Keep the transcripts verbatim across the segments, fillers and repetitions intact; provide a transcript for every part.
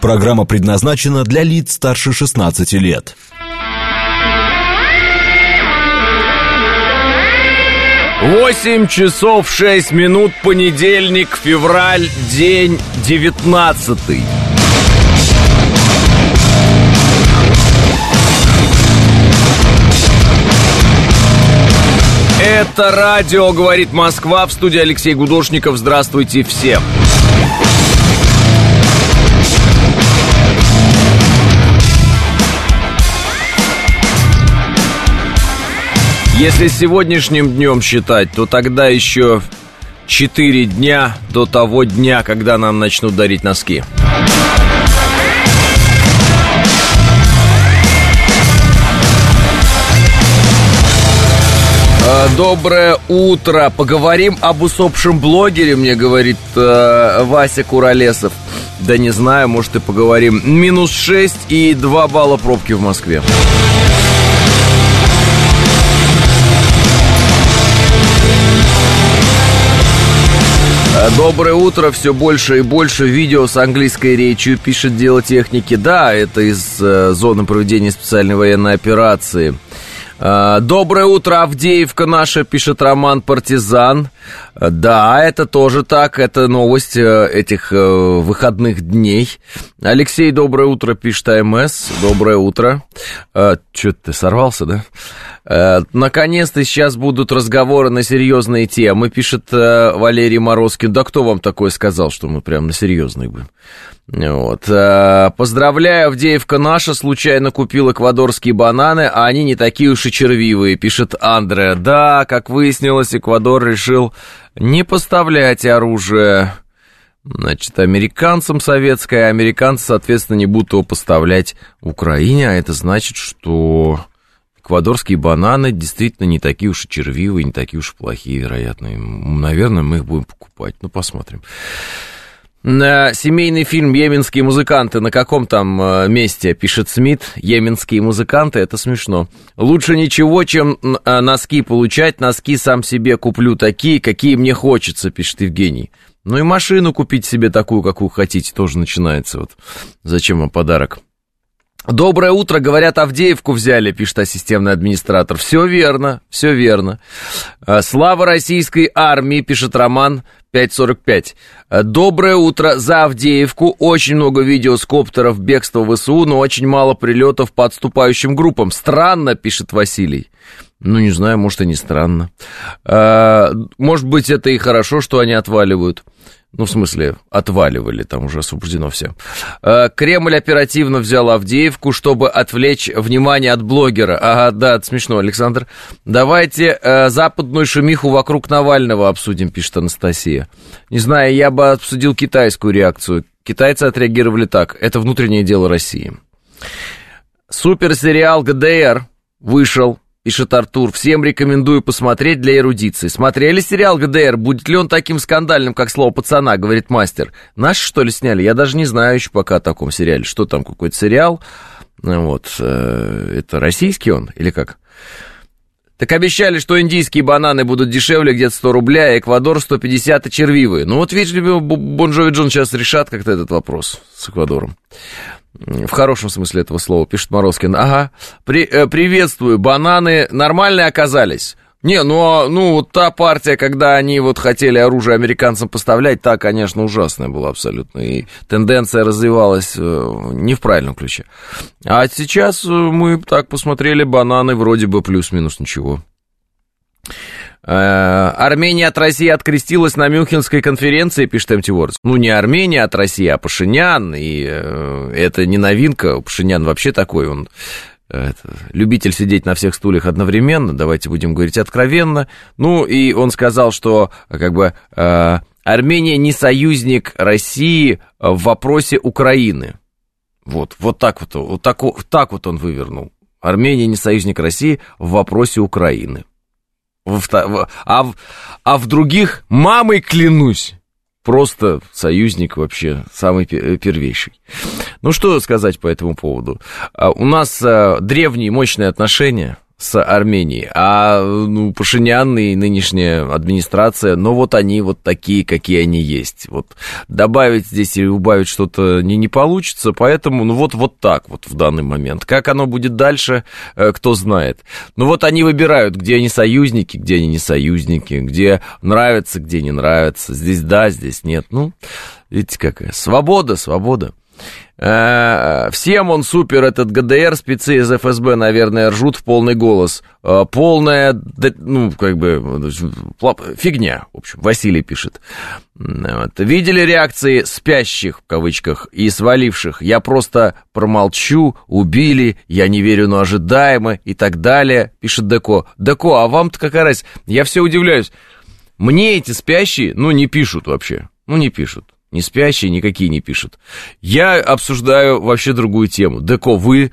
Программа предназначена для лиц старше шестнадцати лет. Восемь часов шесть минут, понедельник, февраль, день девятнадцатый. Это радио «Говорит Москва», в студии Алексей Гудошников. Здравствуйте всем. Если сегодняшним днем считать, то тогда еще четыре дня до того дня, когда нам начнут дарить носки. Доброе утро. Поговорим об усопшем блогере, мне говорит э, Вася Куролесов. Да не знаю, может и поговорим. Минус шесть и два балла пробки в Москве. Доброе утро. Все больше и больше видео с английской речью, пишет Дело техники. Да, это из э, зоны проведения специальной военной операции. Доброе утро, Авдеевка наша, пишет Роман Партизан. Да, это тоже так, это новость этих выходных дней. Алексей, доброе утро, пишет АМС. Доброе утро. Чё ты, сорвался, да? Наконец-то сейчас будут разговоры на серьезные темы, пишет Валерий Морозкин. Да кто вам такое сказал, что мы прям на серьезные будем? Вот. Поздравляю, Авдеевка наша случайно купил эквадорские бананы, а они не такие уж и червивые, пишет Андре. Да, как выяснилось, Эквадор решил не поставлять оружие, значит, американцам советское, а американцы, соответственно, не будут его поставлять Украине, а это значит, что эквадорские бананы действительно не такие уж и червивые, не такие уж и плохие, вероятно. Наверное, мы их будем покупать. Ну, посмотрим. Семейный фильм «Йеменские музыканты» на каком там месте, пишет Смит. Йеменские музыканты, это смешно. Лучше ничего, чем носки получать. Носки сам себе куплю такие, какие мне хочется, пишет Евгений. Ну и машину купить себе такую, какую хотите, тоже начинается. Вот. Зачем вам подарок? Доброе утро, говорят, Авдеевку взяли, пишет ассистентный администратор. Все верно, все верно. Слава российской армии, пишет Роман пять сорок пять. Доброе утро, за Авдеевку. Очень много видео с коптеров бегства ВСУ, но очень мало прилетов по отступающим группам. Странно, пишет Василий. Ну, не знаю, может, и не странно. Может быть, это и хорошо, что они отваливают. Ну, в смысле, отваливали, там уже освобождено все. Кремль оперативно взял Авдеевку, чтобы отвлечь внимание от блогера. Ага, да, это смешно, Александр. Давайте э, западную шумиху вокруг Навального обсудим, пишет Анастасия. Не знаю, я бы обсудил китайскую реакцию. Китайцы отреагировали так. Это внутреннее дело России. Суперсериал ГДР вышел. Пишет Артур. Всем рекомендую посмотреть для эрудиции. Смотрели сериал ГДР? Будет ли он таким скандальным, как «Слово пацана», говорит мастер. Наши, что ли, сняли? Я даже не знаю еще пока о таком сериале. Что там, какой-то сериал? Вот. Это российский он? Или как? Так обещали, что индийские бананы будут дешевле, где-то сто рублей, а Эквадор сто пятьдесят, и червивые. Ну вот, видишь, Бон Джови Джон сейчас решат как-то этот вопрос с Эквадором. В хорошем смысле этого слова, пишет Морозкин. Ага, При, э, приветствую, бананы нормальные оказались? Не, ну, ну, вот та партия, когда они вот хотели оружие американцам поставлять, та, конечно, ужасная была абсолютно, и тенденция развивалась э, не в правильном ключе. А сейчас мы так посмотрели, бананы вроде бы плюс-минус ничего. Армения от России открестилась на Мюнхенской конференции, пишет эм ти Words. Ну, не Армения от России, а Пашинян, и э, это не новинка, Пашинян вообще такой, он это, любитель сидеть на всех стульях одновременно, давайте будем говорить откровенно. Ну, и он сказал, что как бы э, Армения не союзник России в вопросе Украины. Вот, вот так вот, вот так, вот так вот он вывернул. Армения не союзник России в вопросе Украины. А в, а в других, мамой клянусь, просто союзник вообще самый первейший. Ну, что сказать по этому поводу? У нас древние мощные отношения с Арменией. А ну, Пашинян и нынешняя администрация, ну вот они вот такие, какие они есть. Вот добавить здесь или убавить что-то не, не получится, поэтому ну вот, вот так вот в данный момент. Как оно будет дальше, кто знает. Ну вот они выбирают, где они союзники, где они не союзники, где нравится, где не нравится. Здесь да, здесь нет. Ну, видите, какая свобода, свобода. Всем он супер, этот ГДР, спецы из эф эс бэ, наверное, ржут в полный голос. Полная, ну, как бы, фигня, в общем, Василий пишет. Вот. Видели реакции спящих, в кавычках, и сваливших? Я просто промолчу, убили, я не верю, но ожидаемо, и так далее, пишет Деко. Деко, а вам-то какая разница? Я все удивляюсь. Мне эти спящие, ну, не пишут вообще, ну, не пишут. Не спящие никакие не пишут. Я обсуждаю вообще другую тему. Деко, вы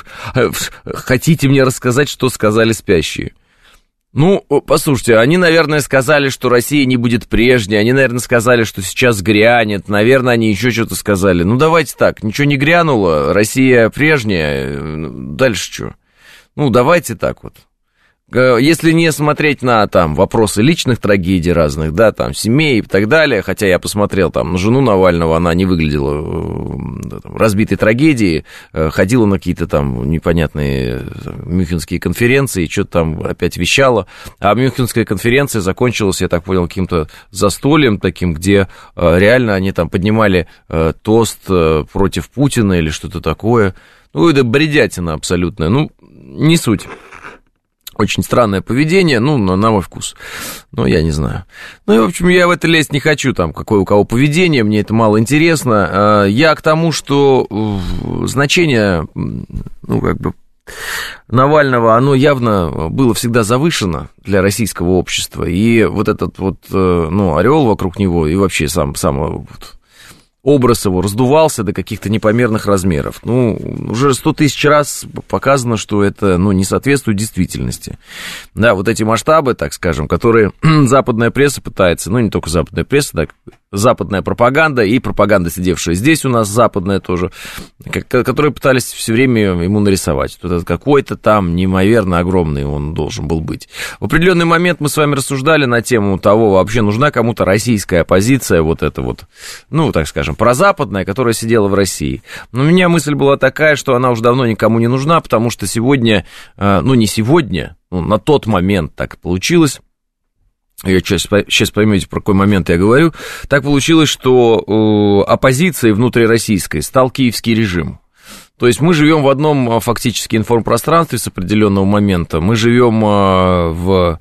хотите мне рассказать, что сказали спящие? Ну, послушайте, они, наверное, сказали, что Россия не будет прежней. Они, наверное, сказали, что сейчас грянет. Наверное, они еще что-то сказали. Ну, давайте так, ничего не грянуло. Россия прежняя. Дальше что? Ну, давайте так вот. Если не смотреть на там вопросы личных трагедий разных, да, там, семей и так далее, хотя я посмотрел там на жену Навального, она не выглядела да, там, разбитой трагедией, ходила на какие-то там непонятные мюнхенские конференции, что-то там опять вещала, а мюнхенская конференция закончилась, я так понял, каким-то застольем таким, где реально они там поднимали тост против Путина или что-то такое, ну, это бредятина абсолютная, ну, не суть. Очень странное поведение, ну, на, на мой вкус. Ну, я не знаю. Ну, и, в общем, я в это лезть не хочу, там, какое у кого поведение, мне это мало интересно. Я к тому, что значение, ну, как бы, Навального, оно явно было всегда завышено для российского общества. И вот этот вот, ну, ореол вокруг него, и вообще сам, сам вот, образ его раздувался до каких-то непомерных размеров. Ну, уже сто тысяч раз показано, что это, ну, не соответствует действительности. Да, вот эти масштабы, так скажем, которые западная пресса пытается, ну, не только западная пресса, да, западная пропаганда и пропаганда, сидевшая здесь у нас, западная тоже, которые пытались все время ему нарисовать. Вот этот какой-то там неимоверно огромный он должен был быть. В определенный момент мы с вами рассуждали на тему того, вообще нужна кому-то российская оппозиция, вот эта вот, ну, так скажем, прозападная, которая сидела в России. Но у меня мысль была такая, что она уже давно никому не нужна, потому что сегодня, ну, не сегодня, ну, на тот момент так получилось, я сейчас, сейчас поймете, про какой момент я говорю, так получилось, что э, оппозицией внутрироссийской стал киевский режим. То есть мы живем в одном фактически информпространстве с определенного момента, мы живем в,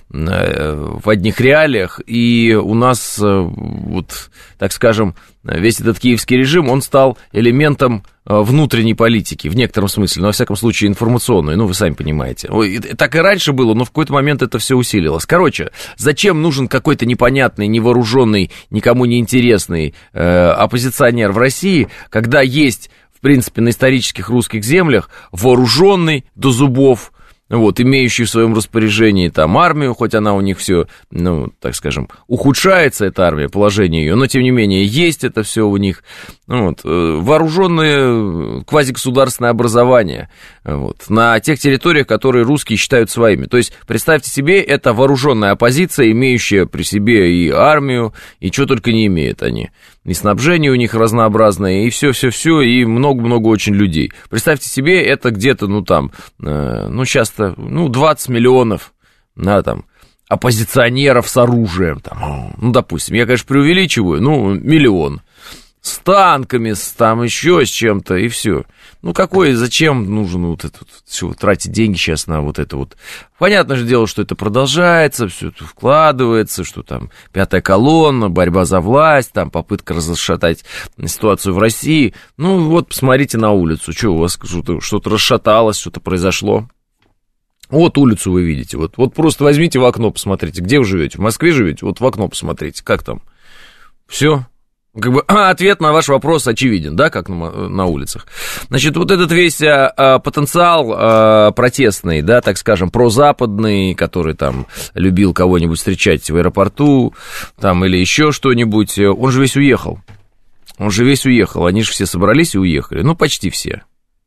в одних реалиях, и у нас, вот, так скажем, весь этот киевский режим, он стал элементом внутренней политики, в некотором смысле, но, во всяком случае, информационной, ну, вы сами понимаете. Так и раньше было, но в какой-то момент это все усилилось. Короче, зачем нужен какой-то непонятный, невооруженный, никому не интересный э, оппозиционер в России, когда есть, в принципе, на исторических русских землях вооруженный до зубов, вот, имеющий в своем распоряжении там армию, хоть она у них все, ну, так скажем, ухудшается, эта армия, положение ее, но, тем не менее, есть это все у них, вот, вооруженное квазигосударственное образование, вот, на тех территориях, которые русские считают своими. То есть, представьте себе, это вооруженная оппозиция, имеющая при себе и армию, и что только не имеют они. И снабжение у них разнообразное, и все-все-все, и много-много очень людей. Представьте себе, это где-то, ну, там, э, ну, часто, ну, двадцать миллионов, да, там, оппозиционеров с оружием, там, ну, допустим, я, конечно, преувеличиваю, ну, миллион. С танками, с, там, еще с чем-то, и все. Ну, какой, зачем нужно вот это, все, тратить деньги сейчас на вот это вот. Понятно же дело, что это продолжается, все это вкладывается, что там пятая колонна, борьба за власть, там попытка расшатать ситуацию в России. Ну, вот, посмотрите на улицу, что у вас что-то, что-то расшаталось, что-то произошло. Вот улицу вы видите, вот, вот просто возьмите в окно, посмотрите, где вы живете, в Москве живете, вот в окно посмотрите, как там, все. Как бы а, ответ на ваш вопрос очевиден, да, как на, на улицах. Значит, вот этот весь а, потенциал а, протестный, да, так скажем, прозападный, который там любил кого-нибудь встречать в аэропорту, там, или еще что-нибудь, он же весь уехал. Он же весь уехал, они же все собрались и уехали, ну, почти все.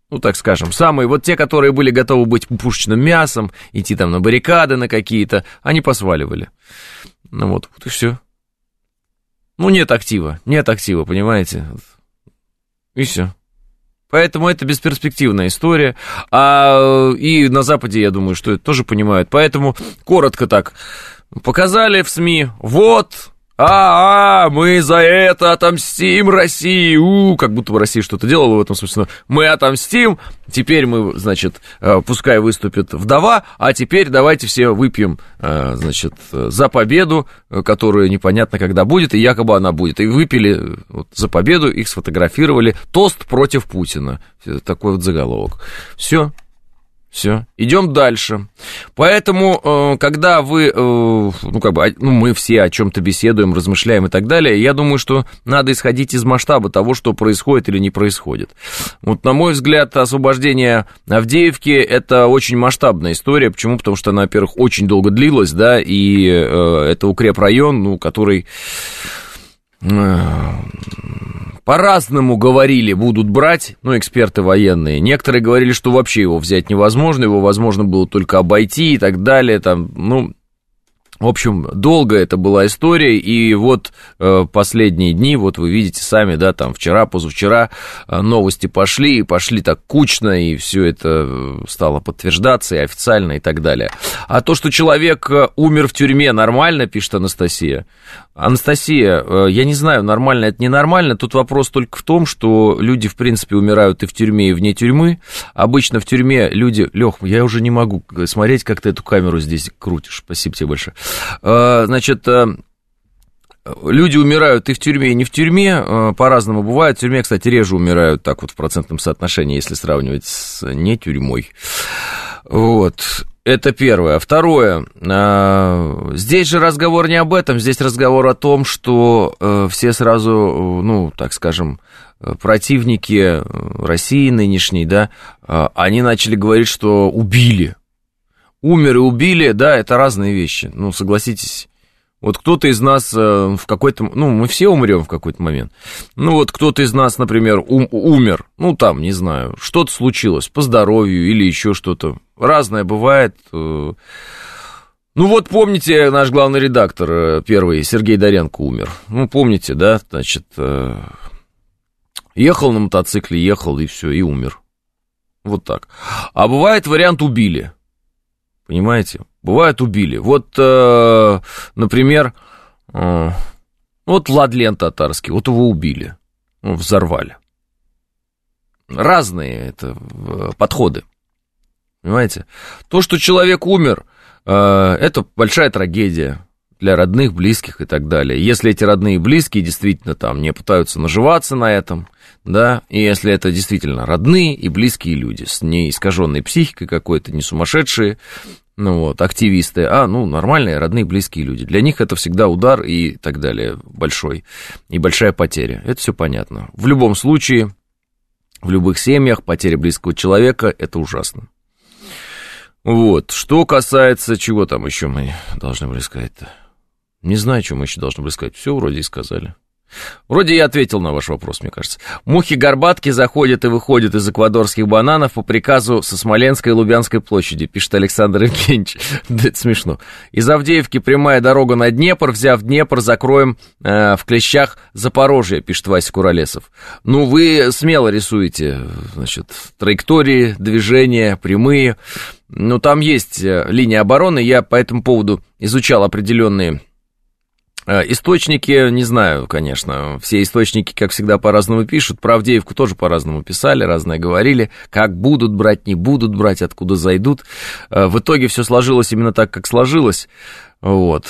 ну, так скажем, самые, вот те, которые были готовы быть пушечным мясом, идти там на баррикады на какие-то, они посваливали. Ну, вот, вот и все. Ну, нет актива, нет актива, понимаете? И все. Поэтому это бесперспективная история. А, и на Западе, я думаю, что это тоже понимают. Поэтому коротко так показали в СМИ. Вот, а, а мы за это отомстим России. У, как будто бы Россия что-то делала в этом смысле. Мы отомстим. Теперь мы, значит, пускай выступит вдова, а теперь давайте все выпьем, значит, за победу, которая непонятно когда будет, и якобы она будет. И выпили вот, за победу, их сфотографировали. Тост против Путина. Такой вот заголовок. Все. Все, идем дальше. Поэтому, когда вы, ну, как бы, ну, мы все о чем-то беседуем, размышляем и так далее, я думаю, что надо исходить из масштаба того, что происходит или не происходит. Вот, на мой взгляд, освобождение Авдеевки – это очень масштабная история. Почему? Потому что она, во-первых, очень долго длилась, да, и э, это укрепрайон, ну, который... По-разному говорили, будут брать, ну, эксперты военные. Некоторые говорили, что вообще его взять невозможно, его возможно было только обойти и так далее, там, ну... В общем, долго это была история, и вот э, последние дни, вот вы видите сами, да, там вчера, позавчера э, новости пошли, и пошли так кучно, и все это стало подтверждаться, и официально, и так далее. А то, что человек умер в тюрьме, нормально, пишет Анастасия. Анастасия, э, я не знаю, нормально это ненормально, тут вопрос только в том, что люди, в принципе, умирают и в тюрьме, и вне тюрьмы. Обычно в тюрьме люди... Лёх, я уже не могу смотреть, как ты эту камеру здесь крутишь, спасибо тебе большое. Значит, люди умирают и в тюрьме, и не в тюрьме, по-разному бывает. В тюрьме, кстати, реже умирают так вот в процентном соотношении, если сравнивать с не тюрьмой. Вот, это первое. Второе, здесь же разговор не об этом, здесь разговор о том, что все сразу, ну, так скажем, противники России нынешней, да, они начали говорить, что убили. Умер и убили, да, это разные вещи, ну, согласитесь. Вот кто-то из нас в какой-то... Ну, мы все умрем в какой-то момент. Ну, вот кто-то из нас, например, ум, умер, ну, там, не знаю, что-то случилось по здоровью или еще что-то. Разное бывает. Ну, вот помните, наш главный редактор первый, Сергей Доренко, умер. Ну, помните, да, значит, ехал на мотоцикле, ехал, и все, и умер. Вот так. А бывает вариант убили. Понимаете? Бывает, убили. Вот, э, например, э, вот Владлен Татарский, вот его убили, ну, взорвали. Разные это подходы. Понимаете? То, что человек умер, э, это большая трагедия для родных, близких и так далее. Если эти родные и близкие действительно там не пытаются наживаться на этом, да, и если это действительно родные и близкие люди с неискаженной психикой какой-то, не сумасшедшие, ну вот, активисты, а, ну, нормальные, родные, близкие люди. Для них это всегда удар и так далее большой, и большая потеря. Это все понятно. В любом случае, в любых семьях потеря близкого человека – это ужасно. Вот, что касается, чего там еще мы должны были сказать-то? Не знаю, что мы еще должны были сказать. Все вроде и сказали. Вроде я ответил на ваш вопрос, мне кажется. Мухи-горбатки заходят и выходят из эквадорских бананов по приказу со Смоленской и Лубянской площади, пишет Александр Евгеньевич. Да, это смешно. Из Авдеевки прямая дорога на Днепр. Взяв Днепр, закроем э, в клещах Запорожье, пишет Вася Куролесов. Ну, вы смело рисуете, значит, траектории, движения, прямые. Ну, там есть линия обороны. Я по этому поводу изучал определенные источники, не знаю, конечно, все источники, как всегда, по-разному пишут, про Авдеевку тоже по-разному писали, разное говорили, как будут брать, не будут брать, откуда зайдут. В итоге все сложилось именно так, как сложилось. Вот.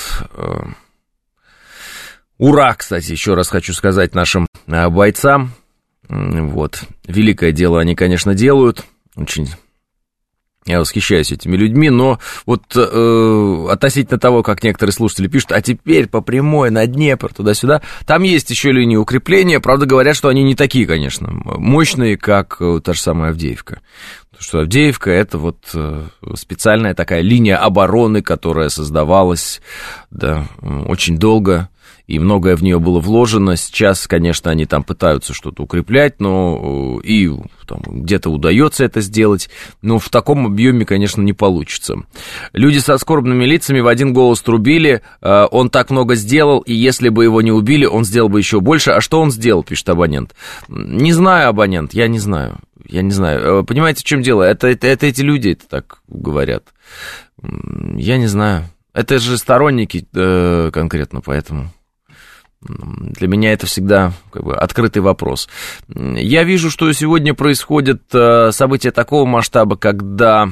Ура, кстати, еще раз хочу сказать нашим бойцам. Вот. Великое дело они, конечно, делают, очень... Я восхищаюсь этими людьми, но вот э, относительно того, как некоторые слушатели пишут, а теперь по прямой на Днепр, туда-сюда, там есть еще линии укрепления, правда говорят, что они не такие, конечно, мощные, как та же самая Авдеевка. Потому что Авдеевка – это вот специальная такая линия обороны, которая создавалась, да, очень долго и многое в нее было вложено. Сейчас, конечно, они там пытаются что-то укреплять, но и там, где-то удается это сделать, но в таком объеме, конечно, не получится. Люди со скорбными лицами в один голос трубили, он так много сделал, и если бы его не убили, он сделал бы еще больше. А что он сделал, пишет абонент? Не знаю, абонент, я не знаю. Я не знаю. Понимаете, в чем дело? Это, это, это эти люди это так говорят. Я не знаю. Это же сторонники э, конкретно, поэтому для меня это всегда как бы открытый вопрос. Я вижу, что сегодня происходят э, события такого масштаба, когда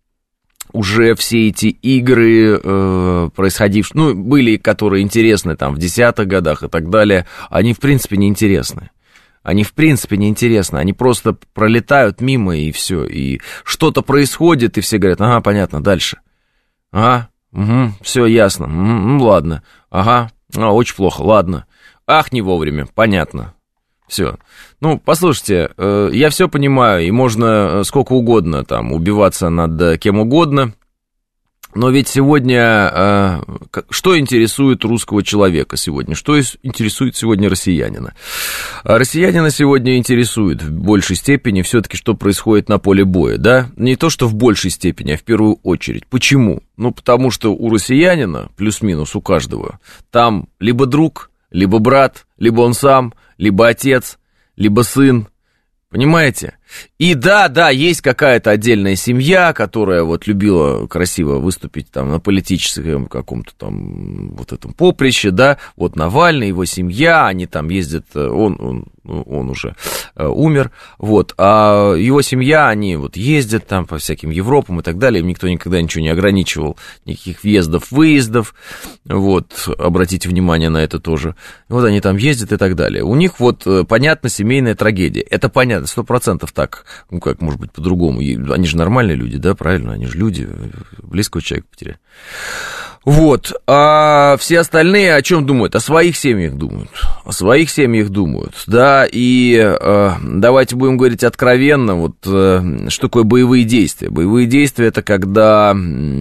уже все эти игры, э, происходившие, ну, были, которые интересны там в десятых годах и так далее, они в принципе не интересны. Они, в принципе, неинтересны, они просто пролетают мимо, и все, и что-то происходит, и все говорят, ага, понятно, дальше. Ага, угу, все ясно, угу, ну, ладно, ага, а, очень плохо, ладно. Ах, не вовремя, понятно, все. Ну, послушайте, э, я все понимаю, и можно сколько угодно там убиваться над кем угодно, но ведь сегодня, э, что интересует русского человека сегодня? Что интересует сегодня россиянина? Россиянина сегодня интересует в большей степени все-таки, что происходит на поле боя, да? Не то, что в большей степени, а в первую очередь. Почему? Ну, потому что у россиянина, плюс-минус у каждого, там либо друг, либо брат, либо он сам, либо отец, либо сын. Понимаете? И да, да, есть какая-то отдельная семья, которая вот любила красиво выступить там на политическом каком-то там вот этом поприще, да, вот Навальный, его семья, они там ездят, он, он, он уже э, умер, вот, а его семья, они вот ездят там по всяким Европам и так далее, им никто никогда ничего не ограничивал, никаких въездов, выездов, вот, обратите внимание на это тоже, вот они там ездят и так далее, у них вот, понятно, семейная трагедия, это понятно, сто процентов так. Так, ну как, может быть, по-другому. Они же нормальные люди, да, правильно? Они же люди, близкого человека потеряли. Вот, а все остальные о чем думают? О своих семьях думают, о своих семьях думают, да, и э, давайте будем говорить откровенно, вот, э, что такое боевые действия? Боевые действия — это когда,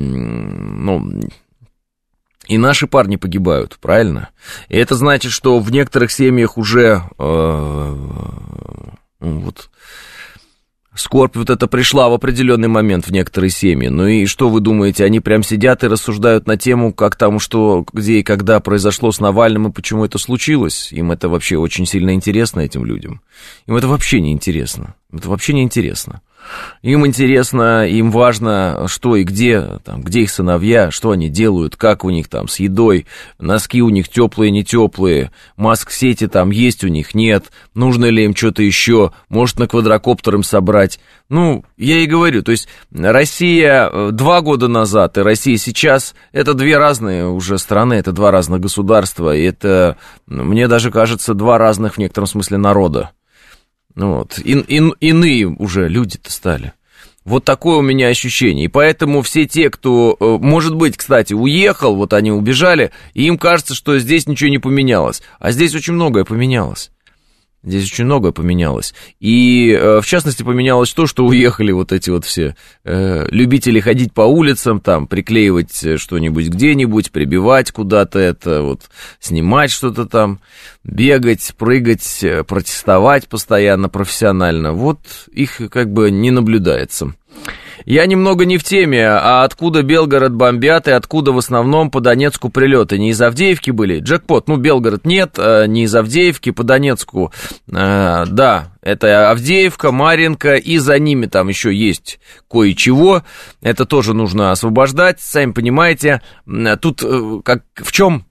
ну, и наши парни погибают, правильно? И это значит, что в некоторых семьях уже, э, вот... Скорбь вот эта пришла в определенный момент в некоторые семьи. Ну и что вы думаете, они прям сидят и рассуждают на тему, как там, что, где и когда произошло с Навальным и почему это случилось? Им это вообще очень сильно интересно, этим людям. Им это вообще не интересно. Это вообще не интересно. Им интересно, им важно, что и где, там, где их сыновья, что они делают, как у них там с едой, носки у них теплые, не теплые, маск-сети там есть у них, нет, нужно ли им что-то еще, может на квадрокоптер им собрать. Ну, я и говорю, то есть Россия два года назад и Россия сейчас, это две разные уже страны, это два разных государства, и это, мне даже кажется, два разных в некотором смысле народа. Вот. И, и, иные уже люди-то стали. Вот такое у меня ощущение. И поэтому все те, кто, может быть, кстати, уехал, вот они убежали, и им кажется, что здесь ничего не поменялось. А здесь очень многое поменялось. Здесь очень многое поменялось. И, в частности, поменялось то, что уехали вот эти вот все э, любители ходить по улицам, там, приклеивать что-нибудь где-нибудь, прибивать куда-то это, вот, снимать что-то там, бегать, прыгать, протестовать постоянно, профессионально. Вот их как бы не наблюдается. Я немного не в теме, а откуда Белгород бомбят и откуда в основном по Донецку прилеты? Не из Авдеевки были? Джекпот, ну, Белгород нет, не из Авдеевки, по Донецку, а, да, это Авдеевка, Марьинка, и за ними там еще есть кое-чего, это тоже нужно освобождать, сами понимаете, тут как, в чем...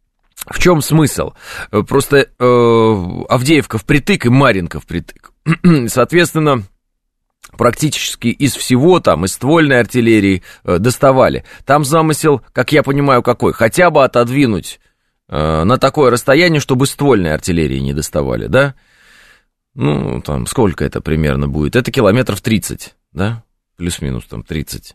В чем смысл? Просто э, Авдеевка впритык и Марьинка впритык, соответственно... Практически из всего, там, из ствольной артиллерии э, доставали. Там замысел, как я понимаю, какой? Хотя бы отодвинуть э, на такое расстояние, чтобы ствольной артиллерии не доставали, да? Ну, там, сколько это примерно будет? Это километров тридцать, да? Плюс-минус там тридцать.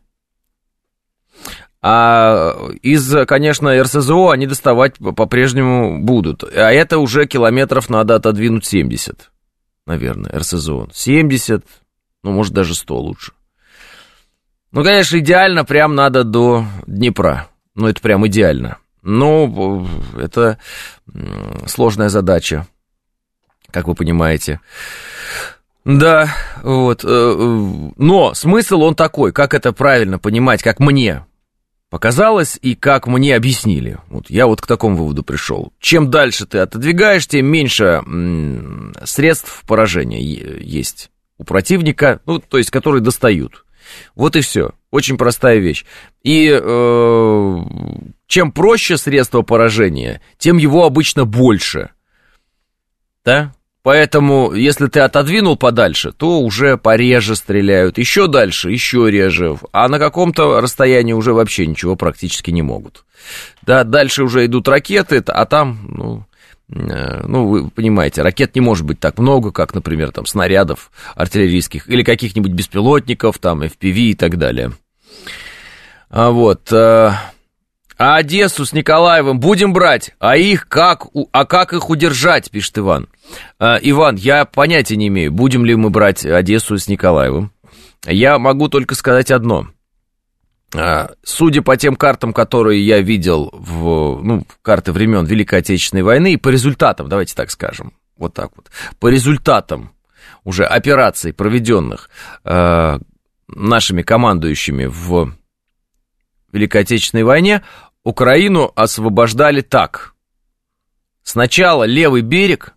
А из, конечно, эр эс зэ о они доставать по-прежнему будут. А это уже километров надо отодвинуть семьдесят, наверное, эр эс зэ о. семьдесят... Ну, может, даже сто лучше. Ну, конечно, идеально прям надо до Днепра. Ну, это прям идеально. Ну, это сложная задача, как вы понимаете. Да, вот. Но смысл он такой, как это правильно понимать, как мне показалось и как мне объяснили. Вот я вот к такому выводу пришел. Чем дальше ты отодвигаешь, тем меньше м, средств поражения есть у противника, ну, то есть, которые достают. Вот и все. Очень простая вещь. И э, чем проще средство поражения, тем его обычно больше. Да? Поэтому, если ты отодвинул подальше, то уже пореже стреляют. Еще дальше, еще реже. А на каком-то расстоянии уже вообще ничего практически не могут. Да, дальше уже идут ракеты, а там, ну, э, ну, вы понимаете, ракет не может быть так много, как, например, там, снарядов артиллерийских или каких-нибудь беспилотников, там, эф пи ви и так далее. А вот... Э, А Одессу с Николаевым будем брать, а их как, а как их удержать, пишет Иван. А, Иван, я понятия не имею, будем ли мы брать Одессу с Николаевым. Я могу только сказать одно. А, судя по тем картам, которые я видел, в, ну, карты времен Великой Отечественной войны, и по результатам, давайте так скажем, вот так вот, по результатам уже операций, проведенных а, нашими командующими в Великой Отечественной войне, Украину освобождали так. Сначала левый берег,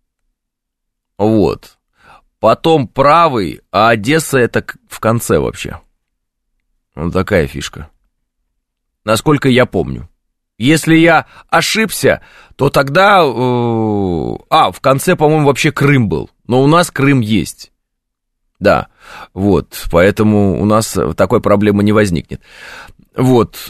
вот, потом правый, а Одесса это в конце вообще. Вот такая фишка. Насколько я помню. Если я ошибся, то тогда... Э, а, в конце, по-моему, вообще Крым был. Но у нас Крым есть. Да, вот, поэтому у нас такой проблемы не возникнет. Вот.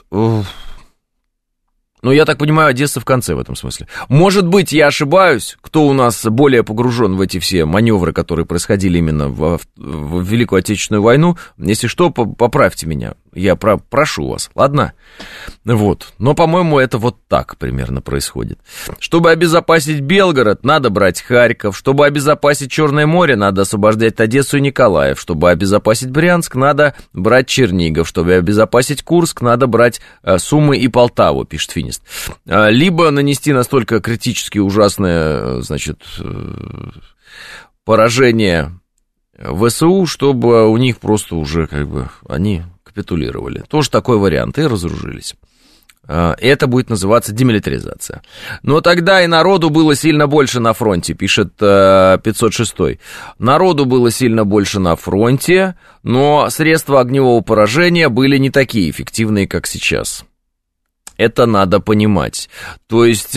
Ну, я так понимаю, Одесса в конце в этом смысле. Может быть, я ошибаюсь, кто у нас более погружен в эти все маневры, которые происходили именно в, в Великую Отечественную войну. Если что, поправьте меня. Я про, прошу вас, ладно? Вот. Но, по-моему, это вот так примерно происходит. Чтобы обезопасить Белгород, надо брать Харьков. Чтобы обезопасить Черное море, надо освобождать Одессу и Николаев. Чтобы обезопасить Брянск, надо брать Чернигов. Чтобы обезопасить Курск, надо брать э, Сумы и Полтаву, пишет Финист. Э, либо нанести настолько критически ужасное, значит, э, поражение ВСУ, чтобы у них просто уже как бы они... капитулировали. Тоже такой вариант, и разоружились. Это будет называться демилитаризация. Но тогда и народу было сильно больше на фронте, пишет пятьсот шестой. Народу было сильно больше на фронте, но средства огневого поражения были не такие эффективные, как сейчас. Это надо понимать. То есть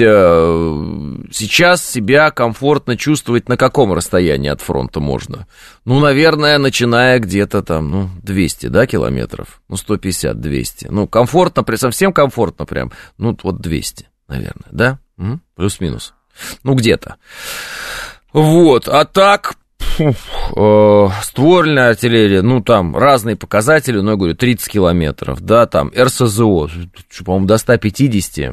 сейчас себя комфортно чувствовать на каком расстоянии от фронта можно? Ну, наверное, начиная где-то там, ну, двести, да, километров? Ну, сто пятьдесят - двести. Ну, комфортно, совсем комфортно прям. Ну, вот двести, наверное, да? М? Плюс-минус. Ну, где-то. Вот, а так... Фу, э, ствольная артиллерия, ну, там разные показатели, но я говорю, тридцать километров, да, там, эр эс зэ о, по-моему, до ста пятидесяти,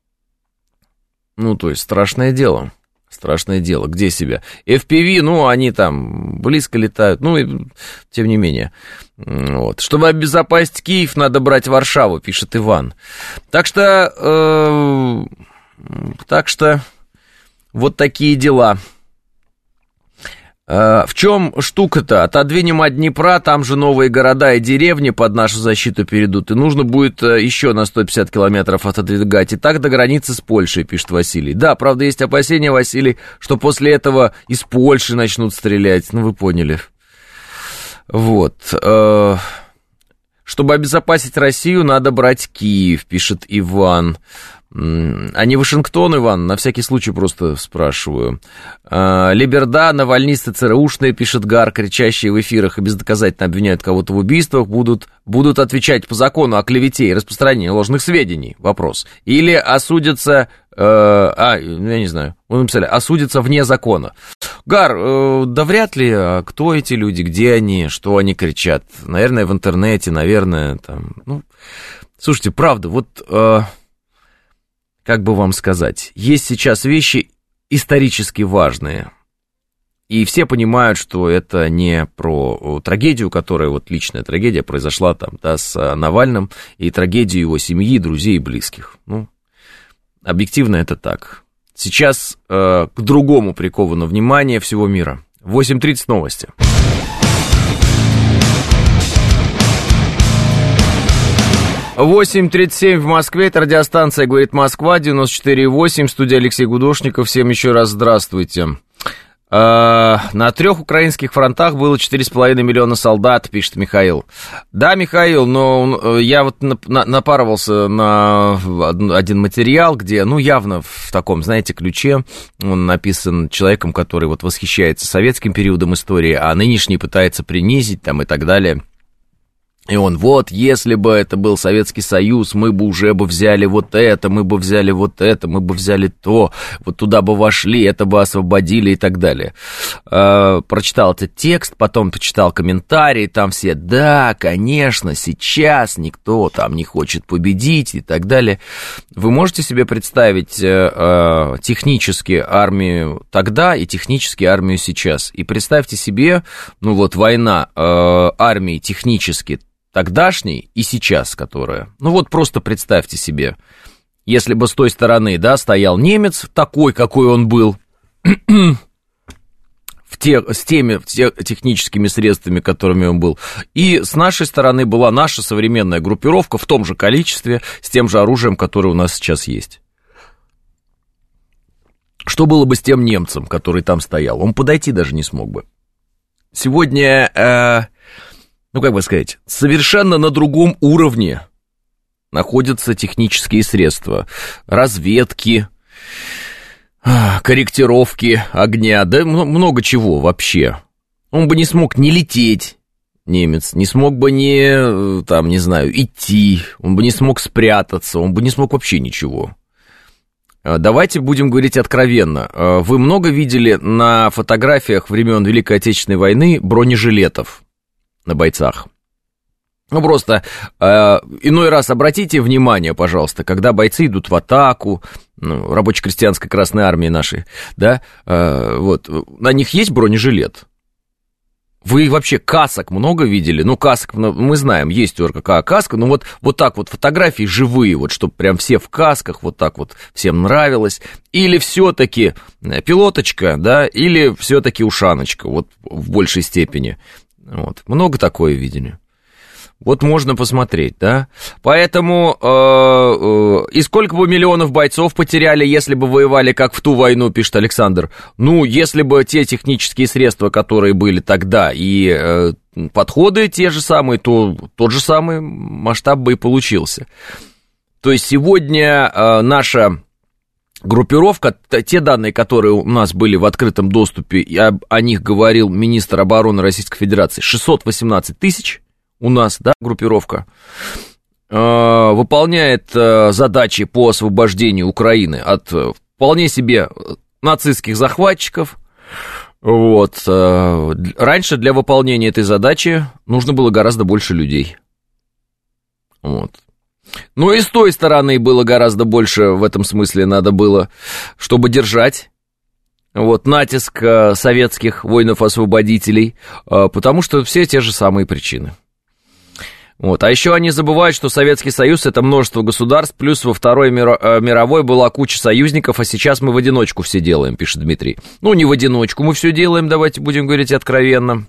ну, то есть, страшное дело, страшное дело, где себя, эф пи ви, ну, они там близко летают, ну, и тем не менее, вот, чтобы обезопасить Киев, надо брать Варшаву, пишет Иван, так что, э, так что, вот такие дела. В чем штука-то? Отодвинем от Днепра, там же новые города и деревни под нашу защиту перейдут, и нужно будет еще на сто пятьдесят километров отодвигать, и так до границы с Польшей, пишет Василий. Да, правда, есть опасения, Василий, что после этого из Польши начнут стрелять, ну, вы поняли. Вот. Чтобы обезопасить Россию, надо брать Киев, пишет Иван. А не Вашингтон, Иван, на всякий случай просто спрашиваю. Либерда, навальнисты ЦРУшные, пишет Гар, кричащие в эфирах и бездоказательно обвиняют кого-то в убийствах, будут, будут отвечать по закону о клевете и распространении ложных сведений. Вопрос. Или осудятся, э, а, я не знаю, вы написали, осудятся вне закона. Гар, э, да вряд ли, а кто эти люди, где они, что они кричат? Наверное, в интернете, наверное, там, ну, слушайте, правда, вот... Э, как бы вам сказать, есть сейчас вещи исторически важные, и все понимают, что это не про трагедию, которая, вот личная трагедия произошла там, да, с Навальным, и трагедию его семьи, друзей и близких. Ну, Объективно это так. Сейчас э, к другому приковано внимание всего мира. восемь тридцать новости. восемь тридцать семь в Москве, это радиостанция «Говорит Москва», девяносто четыре и восемь, студия Алексей Гудошников. Всем еще раз здравствуйте. На трех украинских фронтах было четыре с половиной миллиона солдат, пишет Михаил. Да, Михаил, но я вот напарывался на один материал, где, ну, явно в таком, знаете, ключе, он написан человеком, который вот восхищается советским периодом истории, а нынешний пытается принизить там и так далее. И он, вот, если бы это был Советский Союз, мы бы уже бы взяли вот это, мы бы взяли вот это, мы бы взяли то, вот туда бы вошли, это бы освободили и так далее. Э, прочитал этот текст, потом почитал комментарии, там все, да, конечно, сейчас никто там не хочет победить и так далее. Вы можете себе представить э, э, технически армию тогда и технически армию сейчас? И представьте себе, ну вот война э, армии технически тогдашней и сейчас, которая. Ну вот просто представьте себе, если бы с той стороны, да, стоял немец, такой, какой он был, в те, с теми в те, техническими средствами, которыми он был, и с нашей стороны была наша современная группировка в том же количестве, с тем же оружием, которое у нас сейчас есть. Что было бы с тем немцем, который там стоял? Он подойти даже не смог бы. Сегодня... Э, ну, как бы сказать, совершенно на другом уровне находятся технические средства, разведки, корректировки огня, да много чего вообще. Он бы не смог не лететь, немец, не смог бы не, там, не знаю, идти, он бы не смог спрятаться, он бы не смог вообще ничего. Давайте будем говорить откровенно. Вы много видели на фотографиях времен Великой Отечественной войны бронежилетов на бойцах? Ну, просто э, иной раз обратите внимание, пожалуйста, когда бойцы идут в атаку, ну, рабоче-крестьянской Красной Армии нашей, да, э, вот, на них есть бронежилет? Вы вообще касок много видели? Ну, касок, мы знаем, есть у РККА каска, но вот, вот так вот фотографии живые, вот, чтобы прям все в касках, вот так вот всем нравилось. Или все-таки пилоточка, да, или все-таки ушаночка, вот, в большей степени. Вот. Много такое видели. Вот можно посмотреть, да. Поэтому э, э, и сколько бы миллионов бойцов потеряли, если бы воевали как в ту войну, пишет Александр. Ну, если бы те технические средства, которые были тогда, и э, подходы те же самые, то тот же самый масштаб бы и получился. То есть сегодня э, наша группировка, те данные, которые у нас были в открытом доступе, я о них говорил министр обороны Российской Федерации, шестьсот восемнадцать тысяч у нас, да, группировка, э, выполняет э, задачи по освобождению Украины от э, вполне себе нацистских захватчиков. Вот. Э, раньше для выполнения этой задачи нужно было гораздо больше людей. Вот. Но и с той стороны было гораздо больше, в этом смысле надо было, чтобы держать вот, натиск э, советских воинов-освободителей, э, потому что все те же самые причины. Вот. А еще они забывают, что Советский Союз — это множество государств, плюс во Второй миро- э, мировой была куча союзников, а сейчас мы в одиночку все делаем, пишет Дмитрий. Ну, не в одиночку мы все делаем, давайте будем говорить откровенно.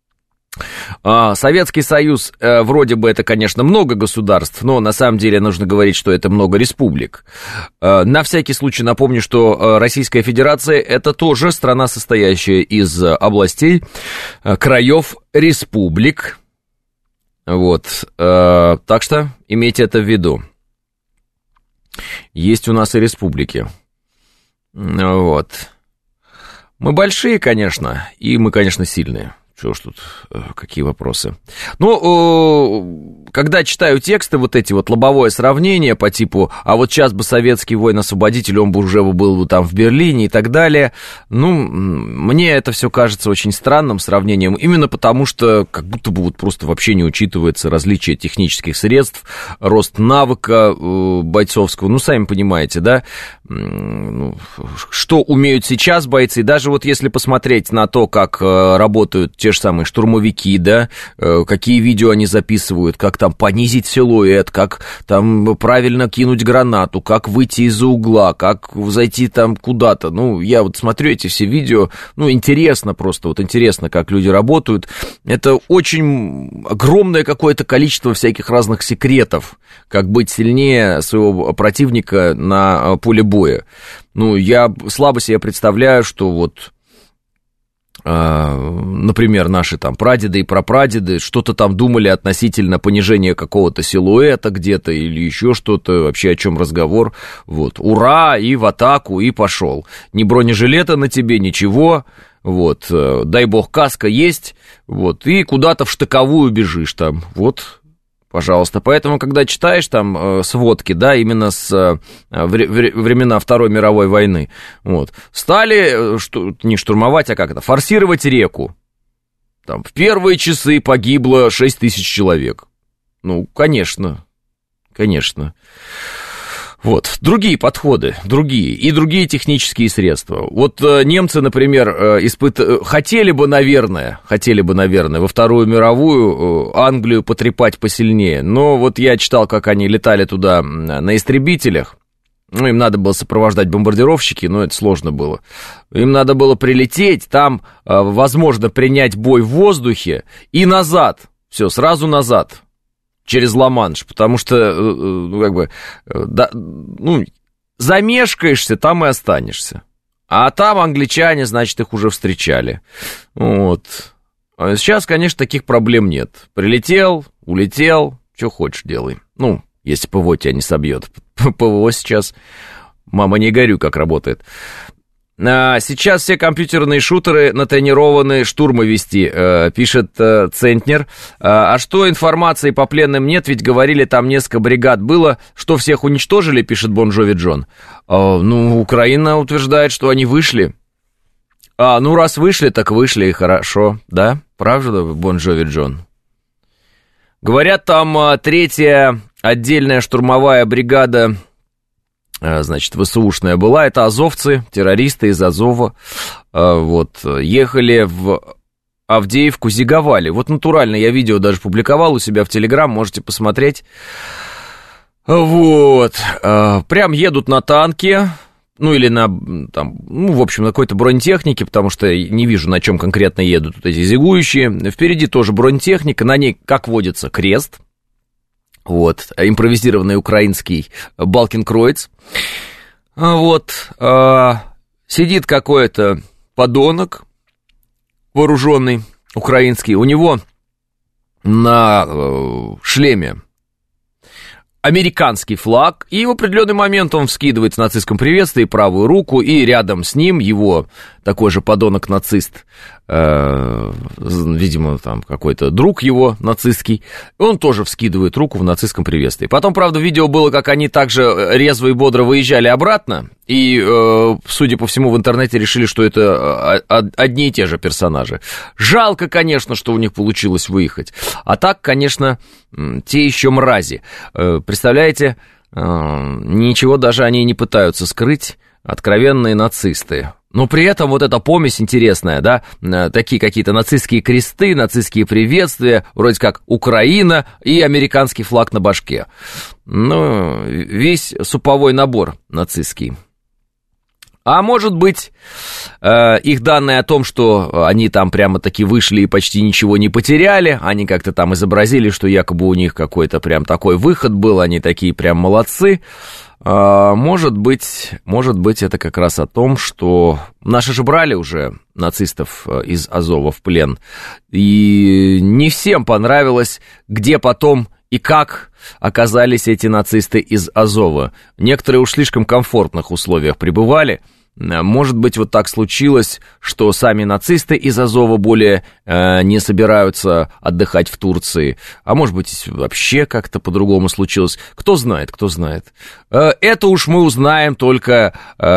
Советский Союз, вроде бы это, конечно, много государств, но на самом деле нужно говорить, что это много республик. На всякий случай напомню, что Российская Федерация — это тоже страна, состоящая из областей, краев, республик. Вот, так что имейте это в виду. Есть у нас и республики. Вот. Мы большие, конечно, и мы, конечно, сильные. Что ж тут, какие вопросы? Ну, когда читаю тексты, вот эти вот лобовое сравнение по типу, а вот сейчас бы советский воин-освободитель, он бы уже был бы там в Берлине и так далее, ну, мне это все кажется очень странным сравнением, именно потому что как будто бы вот просто вообще не учитывается различие технических средств, рост навыка бойцовского, ну, сами понимаете, да, что умеют сейчас бойцы, даже вот если посмотреть на то, как работают те же самые штурмовики, да, какие видео они записывают, как там понизить силуэт, как там правильно кинуть гранату, как выйти из-за угла, как зайти там куда-то. Ну, я вот смотрю эти все видео, ну, интересно просто, вот интересно, как люди работают. Это очень огромное какое-то количество всяких разных секретов, как быть сильнее своего противника на поле боя. Ну, я слабо себе представляю, что вот, э, например, наши там прадеды и прапрадеды что-то там думали относительно понижения какого-то силуэта где-то или еще что-то, вообще о чем разговор. Вот, ура, и в атаку, и пошел. Ни бронежилета на тебе, ничего. Вот, э, дай бог, каска есть, вот, и куда-то в штыковую бежишь там, вот, пожалуйста. Поэтому, когда читаешь там э, сводки, да, именно с э, вре- времена Второй мировой войны, вот, стали, э, что, не штурмовать, а как это, форсировать реку. Там в первые часы погибло шесть тысяч человек. Ну, конечно, конечно. Вот, другие подходы, другие, и другие технические средства. Вот э, немцы, например, э, испыт... хотели бы, наверное, хотели бы, наверное, во Вторую мировую э, Англию потрепать посильнее, но вот я читал, как они летали туда на истребителях, ну, им надо было сопровождать бомбардировщики, но это сложно было. Им надо было прилететь, там, э, возможно, принять бой в воздухе и назад, все, сразу назад. Через Ла-Манш, потому что, ну, как бы, да, ну, замешкаешься, там и останешься. А там англичане, значит, их уже встречали. Вот. А сейчас, конечно, таких проблем нет. Прилетел, улетел, что хочешь делай. Ну, если ПВО тебя не собьет. ПВО сейчас, мама, не горюй, как работает. Сейчас все компьютерные шутеры натренированы штурмы вести, пишет Центнер. А что информации по пленным нет? Ведь говорили, там несколько бригад было. Что, всех уничтожили, пишет Бон Джови Джон. Ну, Украина утверждает, что они вышли. А, ну, раз вышли, так вышли, и хорошо. Да, правда, Бон Джови Джон? Говорят, там третья отдельная штурмовая бригада, значит, ВСУшная была, это азовцы, террористы из Азова, вот, ехали в Авдеевку, зиговали. Вот натурально, я видео даже публиковал у себя в Телеграм, можете посмотреть. Вот, прям едут на танке, ну, или на, там, ну, в общем, на какой-то бронетехнике, потому что не вижу, на чем конкретно едут вот эти зигующие. Впереди тоже бронетехника, на ней, как водится, крест. Вот, импровизированный украинский Балкенкройц. Вот, а, сидит какой-то подонок вооруженный, украинский. У него на э, шлеме американский флаг, и в определенный момент он вскидывает в нацистском приветствии правую руку, и рядом с ним его такой же подонок-нацист, э, видимо, там какой-то друг его нацистский, он тоже вскидывает руку в нацистском приветствии. Потом, правда, видео было, как они также резво и бодро выезжали обратно, и, э, судя по всему, в интернете решили, что это одни и те же персонажи. Жалко, конечно, что у них получилось выехать. А так, конечно, те еще мрази. Представляете, ничего даже они не пытаются скрыть, откровенные нацисты. Но при этом вот эта помесь интересная, да, такие какие-то нацистские кресты, нацистские приветствия, вроде как Украина и американский флаг на башке. Ну, весь суповой набор нацистский. А может быть, э, их данные о том, что они там прямо-таки вышли и почти ничего не потеряли, они как-то там изобразили, что якобы у них какой-то прям такой выход был, они такие прям молодцы. Э, может быть, может быть, это как раз о том, что наши же брали уже нацистов из Азова в плен, и не всем понравилось, где потом и как оказались эти нацисты из Азова. Некоторые уж в слишком комфортных условиях пребывали. Может быть, вот так случилось, что сами нацисты из Азова более э, не собираются отдыхать в Турции. А может быть, вообще как-то по-другому случилось. Кто знает, кто знает. Э, это уж мы узнаем только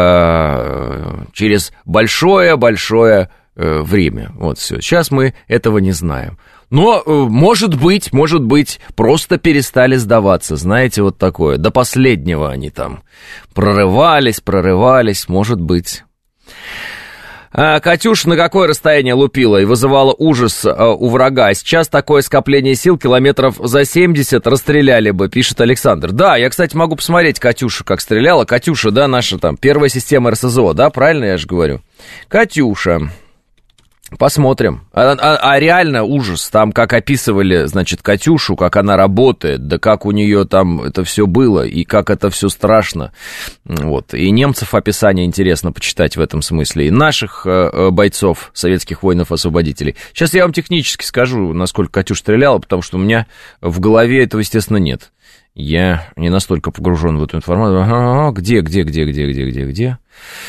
э, через большое-большое э, время. Вот все. Сейчас мы этого не знаем. Но, может быть, может быть, просто перестали сдаваться, знаете, вот такое. До последнего они там прорывались, прорывались, может быть. А, «Катюша» на какое расстояние лупила и вызывала ужас а, у врага? Сейчас такое скопление сил километров за семьдесят расстреляли бы, пишет Александр. Да, я, кстати, могу посмотреть «Катюшу», как стреляла. «Катюша», да, наша там первая система эр эс зэ о, да, правильно я же говорю? «Катюша». Посмотрим. А, а, а реально ужас. Там, как описывали, значит, «Катюшу», как она работает, да как у нее там это все было, и как это все страшно. Вот. И немцев описание интересно почитать в этом смысле, и наших э, бойцов, советских воинов-освободителей. Сейчас я вам технически скажу, насколько «Катюша» стреляла, потому что у меня в голове этого, естественно, нет. Я не настолько погружен в эту информацию. Ага, где, где, где, где, где, где, где?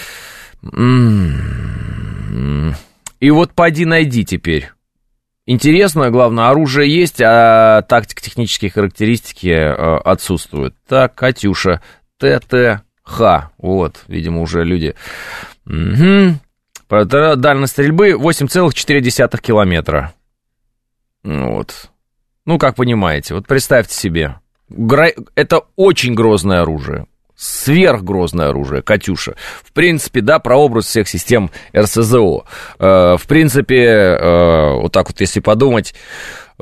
М-м-м. И вот поди найди теперь. Интересно, главное, оружие есть, а тактико-технические характеристики отсутствуют. Так, «Катюша», тэ тэ ха. Вот, видимо, уже люди. Угу. Дальность стрельбы восемь целых четыре десятых километра. Вот. Ну, как понимаете, вот представьте себе. Это очень грозное оружие. Сверхгрозное оружие, «Катюша». В принципе, да, прообраз всех систем эр эс зэ о. Э, в принципе, э, вот так вот, если подумать, э,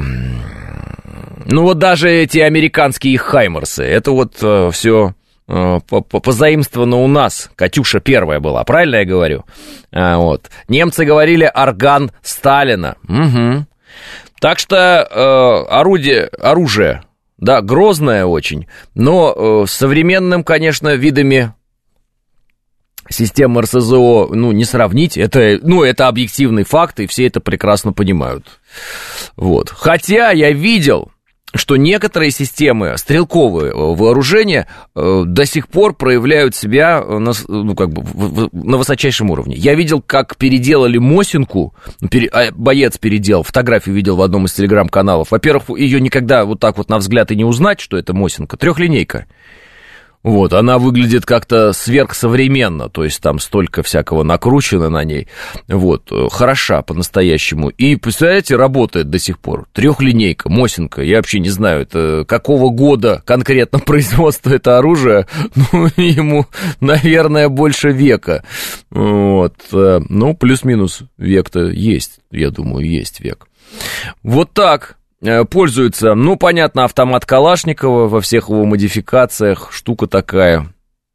ну вот даже эти американские «Хаймерсы», это вот э, все э, позаимствовано у нас. «Катюша» первая была, правильно я говорю? А, вот. Немцы говорили «орган Сталина». Угу. Так что э, орудие, оружие... Да, грозная очень, но э, с современным, конечно, видами системы эр эс зэ о, ну, не сравнить. Это, ну, это объективный факт, и все это прекрасно понимают. Вот. Хотя я видел, что некоторые системы, стрелковые вооружения, э, до сих пор проявляют себя на, ну, как бы, в, в, на высочайшем уровне. Я видел, как переделали Мосинку, пере, боец переделал, фотографию видел в одном из телеграм-каналов. Во-первых, ее никогда вот так вот на взгляд и не узнать, что это Мосинка, трехлинейка. Вот, она выглядит как-то сверхсовременно, то есть там столько всякого накручено на ней, вот, хороша по-настоящему. И, представляете, работает до сих пор. Трехлинейка, Мосинка, я вообще не знаю, это какого года конкретно производство это оружие, ну, ему, наверное, больше века. Вот, ну, плюс-минус век-то есть, я думаю, есть век. Вот так. Пользуется, ну, понятно, автомат Калашникова во всех его модификациях, штука такая,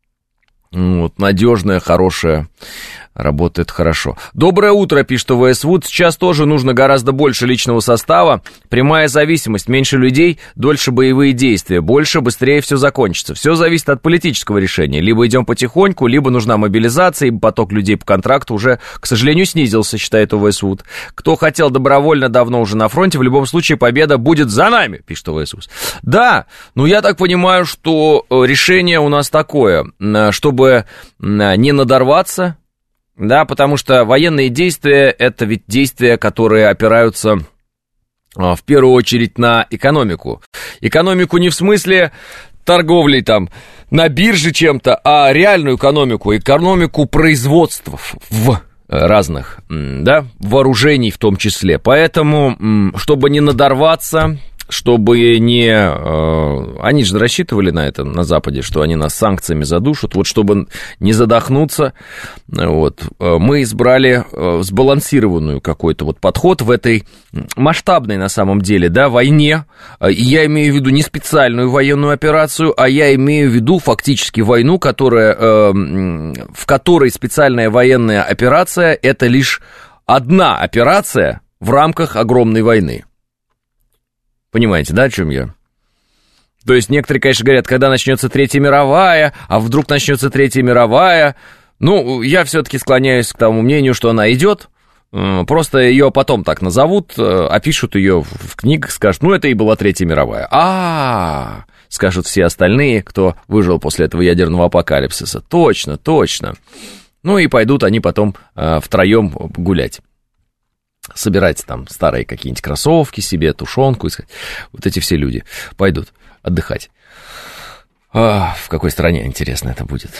вот, надежная, хорошая, работает хорошо. Доброе утро, пишет ВС Вуд. Сейчас тоже нужно гораздо больше личного состава. Прямая зависимость. Меньше людей, дольше боевые действия. Больше, быстрее все закончится. Все зависит от политического решения. Либо идем потихоньку, либо нужна мобилизация, ибо поток людей по контракту уже, к сожалению, снизился, считает ВС Вуд. Кто хотел добровольно, давно уже на фронте. В любом случае, победа будет за нами, пишет ВС Вуд. Да, ну я так понимаю, что решение у нас такое, чтобы не надорваться. Да, потому что военные действия – это ведь действия, которые опираются в первую очередь на экономику. Экономику не в смысле торговли там на бирже чем-то, а реальную экономику, экономику производства в разных, да, вооружений в том числе. Поэтому, чтобы не надорваться, чтобы не... Э, они же рассчитывали на это на Западе, что они нас санкциями задушат. Вот чтобы не задохнуться, вот, мы избрали э, сбалансированную какой-то вот подход в этой масштабной, на самом деле, да, войне. И я имею в виду не специальную военную операцию, а я имею в виду фактически войну, которая, э, в которой специальная военная операция – это лишь одна операция в рамках огромной войны. Понимаете, да, о чем я? То есть некоторые, конечно, говорят, когда начнется Третья мировая, а вдруг начнется Третья мировая. Ну, я все-таки склоняюсь к тому мнению, что она идет. Просто ее потом так назовут, опишут ее в книгах, скажут, ну, это и была Третья мировая. А-а-а, скажут все остальные, кто выжил после этого ядерного апокалипсиса. Точно, точно. Ну, и пойдут они потом втроем гулять. Собирать там старые какие-нибудь кроссовки себе, тушенку искать. Вот эти все люди пойдут отдыхать. А, в какой стране, интересно, это будет.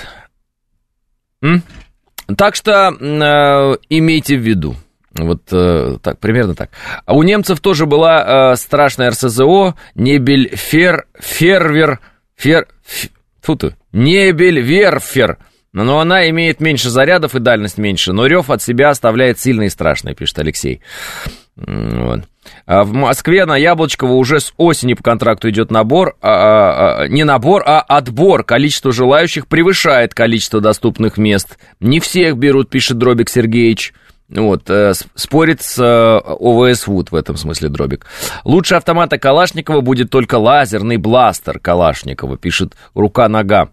М? Так что э, имейте в виду. Вот э, так, примерно так. А у немцев тоже была э, страшная эр эс зэ о, Небельфер, Фервер, Фер, ф, фу ты, Небельверфер. Но она имеет меньше зарядов и дальность меньше, но рев от себя оставляет сильный и страшный, пишет Алексей. Вот. А в Москве на Яблочково уже с осени по контракту идет набор, а, а, не набор, а отбор. Количество желающих превышает количество доступных мест. Не всех берут, пишет Дробик Сергеевич. Вот, э, спорит с э, ОВС ВУД в этом смысле Дробик. Лучше автомата Калашникова будет только лазерный бластер Калашникова, пишет Рука-Нога.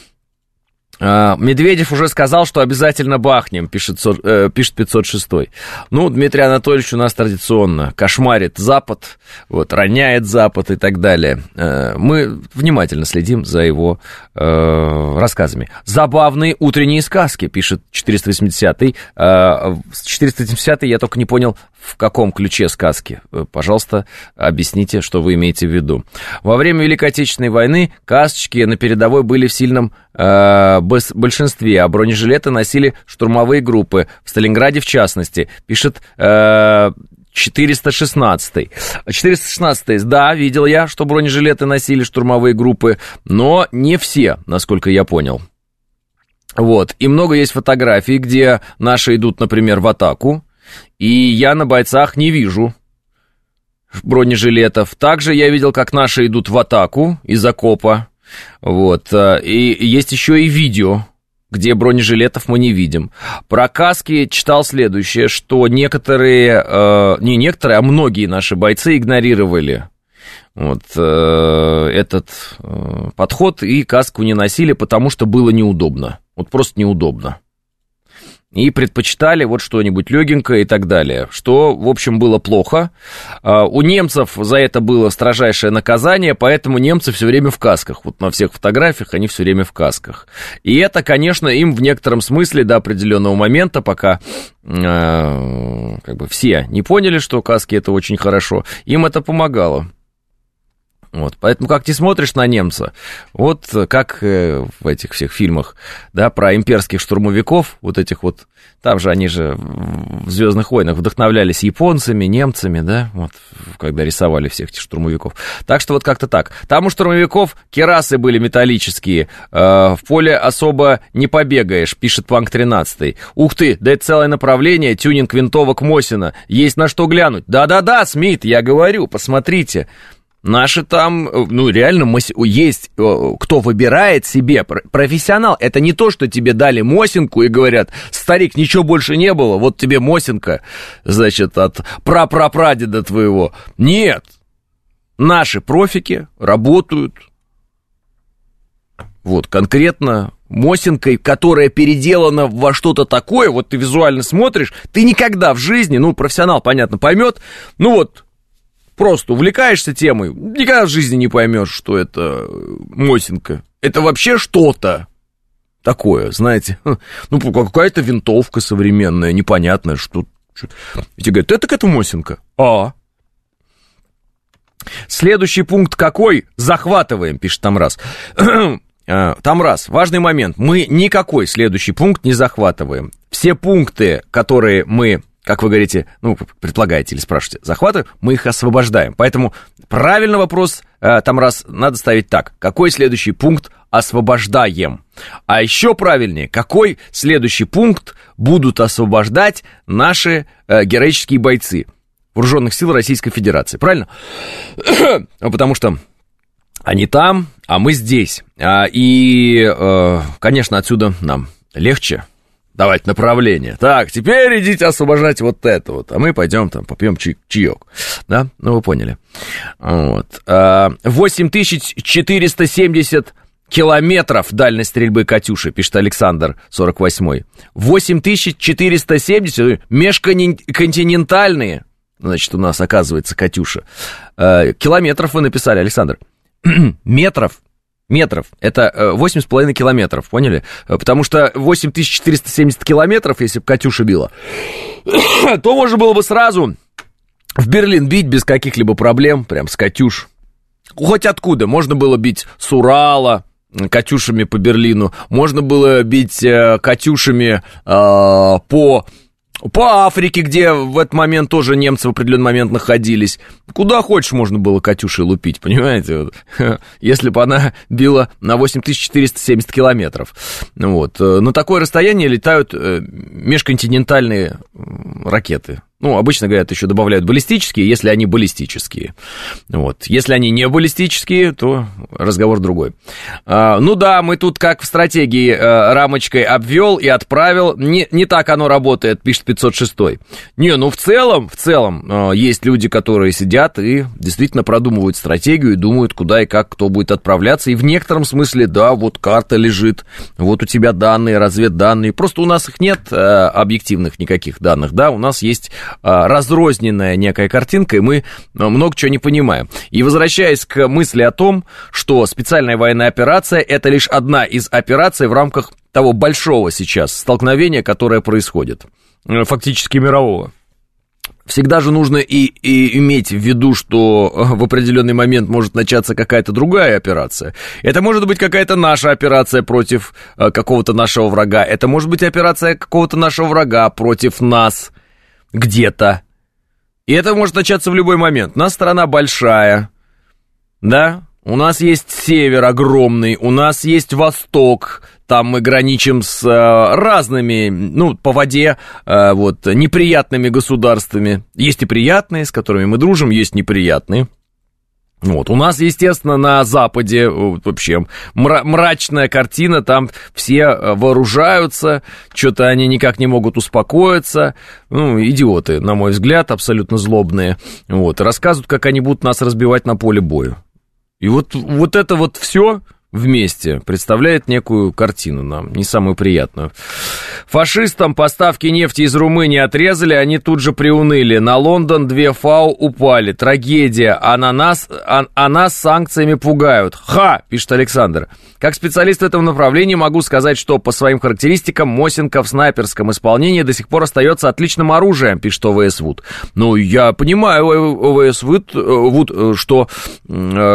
Медведев уже сказал, что обязательно бахнем, пишет, э, пишет пятьсот шесть. Ну, Дмитрий Анатольевич у нас традиционно кошмарит Запад, вот, роняет Запад и так далее. Э, мы внимательно следим за его э, рассказами. Забавные утренние сказки, пишет четыреста восьмидесятый. Э, четыреста восьмидесятый я только не понял, в каком ключе сказки. Пожалуйста, объясните, что вы имеете в виду. Во время Великой Отечественной войны касочки на передовой были в сильном э, большинстве, а бронежилеты носили штурмовые группы, в Сталинграде в частности, пишет э, четыреста шестнадцатый. четыреста шестнадцатый, да, видел я, что бронежилеты носили штурмовые группы, но не все, насколько я понял. Вот, и много есть фотографий, где наши идут, например, в атаку, и я на бойцах не вижу бронежилетов. Также я видел, как наши идут в атаку из окопа. Вот. И есть еще и видео, где бронежилетов мы не видим. Про каски читал следующее, что некоторые, не некоторые, а многие наши бойцы игнорировали вот этот подход и каску не носили, потому что было неудобно. Вот просто неудобно. И предпочитали вот что-нибудь легенькое и так далее, что, в общем, было плохо. У немцев за это было строжайшее наказание, поэтому немцы все время в касках. Вот на всех фотографиях они все время в касках. И это, конечно, им в некотором смысле до определенного момента, пока э, как бы все не поняли, что каски это очень хорошо, им это помогало. Вот, поэтому как ты смотришь на немца, вот как э, в этих всех фильмах, да, про имперских штурмовиков, вот этих вот, там же они же в «Звездных войнах» вдохновлялись японцами, немцами, да, вот, когда рисовали всех этих штурмовиков. Так что вот как-то так. Там у штурмовиков кирасы были металлические, э, в поле особо не побегаешь, пишет Панк тринадцатый. Ух ты, да это целое направление, тюнинг винтовок Мосина, есть на что глянуть. Да-да-да, Смит, я говорю, посмотрите. Наши там, ну, реально есть, кто выбирает себе, профессионал. Это не то, что тебе дали Мосинку и говорят, старик, ничего больше не было, вот тебе Мосинка, значит, от прапрапрадеда твоего. Нет, наши профики работают, вот, конкретно Мосинкой, которая переделана во что-то такое, вот ты визуально смотришь, ты никогда в жизни, ну, профессионал, понятно, поймет, ну, вот, просто увлекаешься темой, никогда в жизни не поймешь, что это Мосинка. Это вообще что-то такое, знаете. Ну, какая-то винтовка современная, непонятная, что... И тебе говорят, это это Мосинка. А. Следующий пункт какой? Захватываем, пишет Тамраз. Тамраз, важный момент. Мы никакой следующий пункт не захватываем. Все пункты, которые мы... Как вы говорите, ну, предполагаете или спрашиваете, захватываем, мы их освобождаем. Поэтому правильный вопрос, э, там раз надо ставить так. Какой следующий пункт освобождаем? А еще правильнее, какой следующий пункт будут освобождать наши э, героические бойцы Вооруженных сил Российской Федерации? Правильно? Потому что они там, а мы здесь. А, и, э, конечно, отсюда нам легче давать направление. Так, теперь идите освобождать вот это вот, а мы пойдем там попьем чай- чаек. Да? Ну, вы поняли. Вот. восемь тысяч четыреста семьдесят километров дальность стрельбы «Катюши», пишет Александр, сорок восьмой. восемь тысяч четыреста семьдесят межконтинентальные, значит, у нас, оказывается, «Катюша». Километров вы написали, Александр. Метров. Метров, это восемь с половиной километров, поняли? Потому что восемь тысяч четыреста семьдесят километров, если бы «Катюша» била, то можно было бы сразу в Берлин бить без каких-либо проблем, прям с «Катюш». Хоть откуда, можно было бить с Урала «Катюшами» по Берлину, можно было бить «Катюшами» э, по По Африке, где в этот момент тоже немцы в определенный момент находились. Куда хочешь можно было «Катюшей» лупить, понимаете? Вот. Если бы она била на восемь тысяч четыреста семьдесят километров. Вот. На такое расстояние летают межконтинентальные ракеты. Ну, обычно, говорят, еще добавляют баллистические, если они баллистические. Вот. Если они не баллистические, то разговор другой. А, ну да, мы тут как в стратегии а, рамочкой обвел и отправил. Не, не так оно работает, пишет пятьсот шестой. Не, ну в целом, в целом, а, есть люди, которые сидят и действительно продумывают стратегию и думают, куда и как кто будет отправляться. И в некотором смысле, да, вот карта лежит, вот у тебя данные, разведданные. Просто у нас их нет а, объективных никаких данных, да, у нас есть разрозненная некая картинка, и мы много чего не понимаем. И возвращаясь к мысли о том, что специальная военная операция — это лишь одна из операций в рамках того большого сейчас столкновения, которое происходит, фактически мирового. Всегда же нужно и, и иметь в виду, что в определенный момент может начаться какая-то другая операция. Это может быть какая-то наша операция против какого-то нашего врага. Это может быть операция какого-то нашего врага против нас где-то. И это может начаться в любой момент. У нас страна большая, да? У нас есть север огромный, у нас есть восток. Там мы граничим с э, разными, ну, по воде, э, вот, неприятными государствами. Есть и приятные, с которыми мы дружим, есть неприятные. Вот. У нас, естественно, на Западе вообще мра- мрачная картина, там все вооружаются, что-то они никак не могут успокоиться, ну, идиоты, на мой взгляд, абсолютно злобные, вот, рассказывают, как они будут нас разбивать на поле боя. И вот, вот это вот все вместе представляет некую картину нам, не самую приятную. Фашистам поставки нефти из Румынии отрезали, они тут же приуныли. На Лондон две ФАУ упали. Трагедия, а, на нас, а, а нас санкциями пугают. Ха, пишет Александр. Как специалист в этом направлении могу сказать, что по своим характеристикам Мосинка в снайперском исполнении до сих пор остается отличным оружием, пишет ОВС Вуд. Ну, я понимаю, ОВС Вуд, Вуд что э,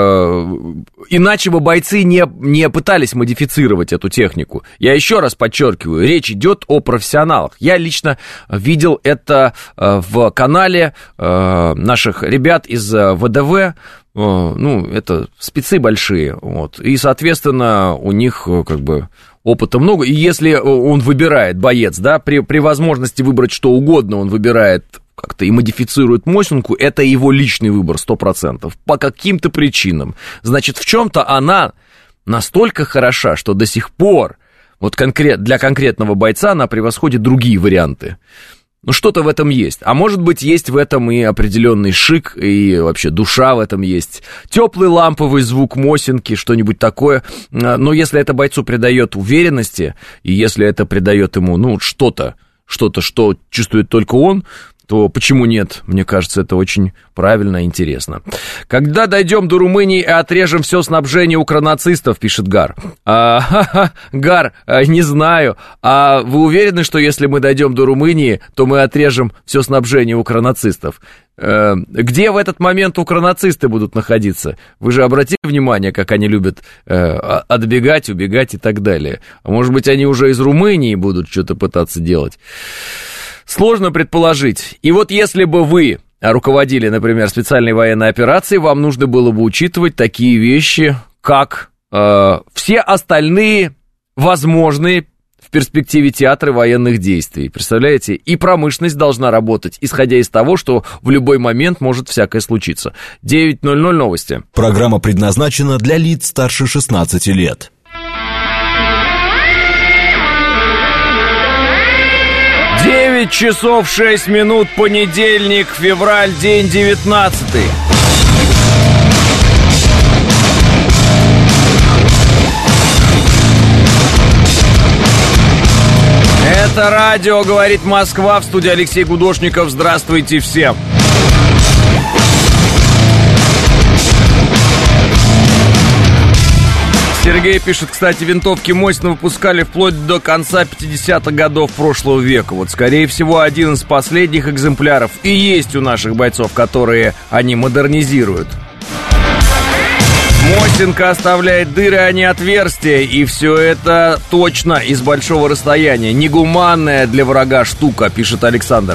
иначе бы бойцы не не пытались модифицировать эту технику. Я еще раз подчеркиваю, речь идет о профессионалах. Я лично видел это в канале наших ребят из ВДВ. Ну, это спецы большие, вот. И, соответственно, у них как бы опыта много. И если он выбирает, боец, да, при, при возможности выбрать что угодно, он выбирает как-то и модифицирует Мосинку, это его личный выбор, сто процентов. По каким-то причинам. Значит, в чем-то она настолько хороша, что до сих пор вот конкрет, для конкретного бойца она превосходит другие варианты. Ну, что-то в этом есть. А может быть, есть в этом и определенный шик, и вообще душа в этом есть. Теплый ламповый звук Мосинки, что-нибудь такое. Но если это бойцу придает уверенности, и если это придает ему, ну, что-то, что-то, что чувствует только он, то почему нет? Мне кажется, это очень правильно и интересно. Когда дойдем до Румынии и отрежем все снабжение укронацистов, пишет Гар. А, ха-ха, Гар, а, не знаю. А вы уверены, что если мы дойдем до Румынии, то мы отрежем все снабжение укронацистов? А, где в этот момент укронацисты будут находиться? Вы же обратили внимание, как они любят а, отбегать, убегать и так далее. А может быть, они уже из Румынии будут что-то пытаться делать? Сложно предположить. И вот если бы вы руководили, например, специальной военной операцией, вам нужно было бы учитывать такие вещи, как э, все остальные возможные в перспективе театры военных действий. Представляете? И промышленность должна работать, исходя из того, что в любой момент может всякое случиться. девять ноль ноль новости. Программа предназначена для лиц старше шестнадцати лет. девять часов шесть минут, понедельник, февраль, день девятнадцатый. Это радио «Говорит Москва», в студии Алексей Гудошников. Здравствуйте всем. Сергей пишет, кстати, винтовки Мосина выпускали вплоть до конца пятидесятых годов прошлого века. Вот, скорее всего, один из последних экземпляров и есть у наших бойцов, которые они модернизируют. Мосинка оставляет дыры, а не отверстия. И все это точно из большого расстояния. Негуманная для врага штука, пишет Александр.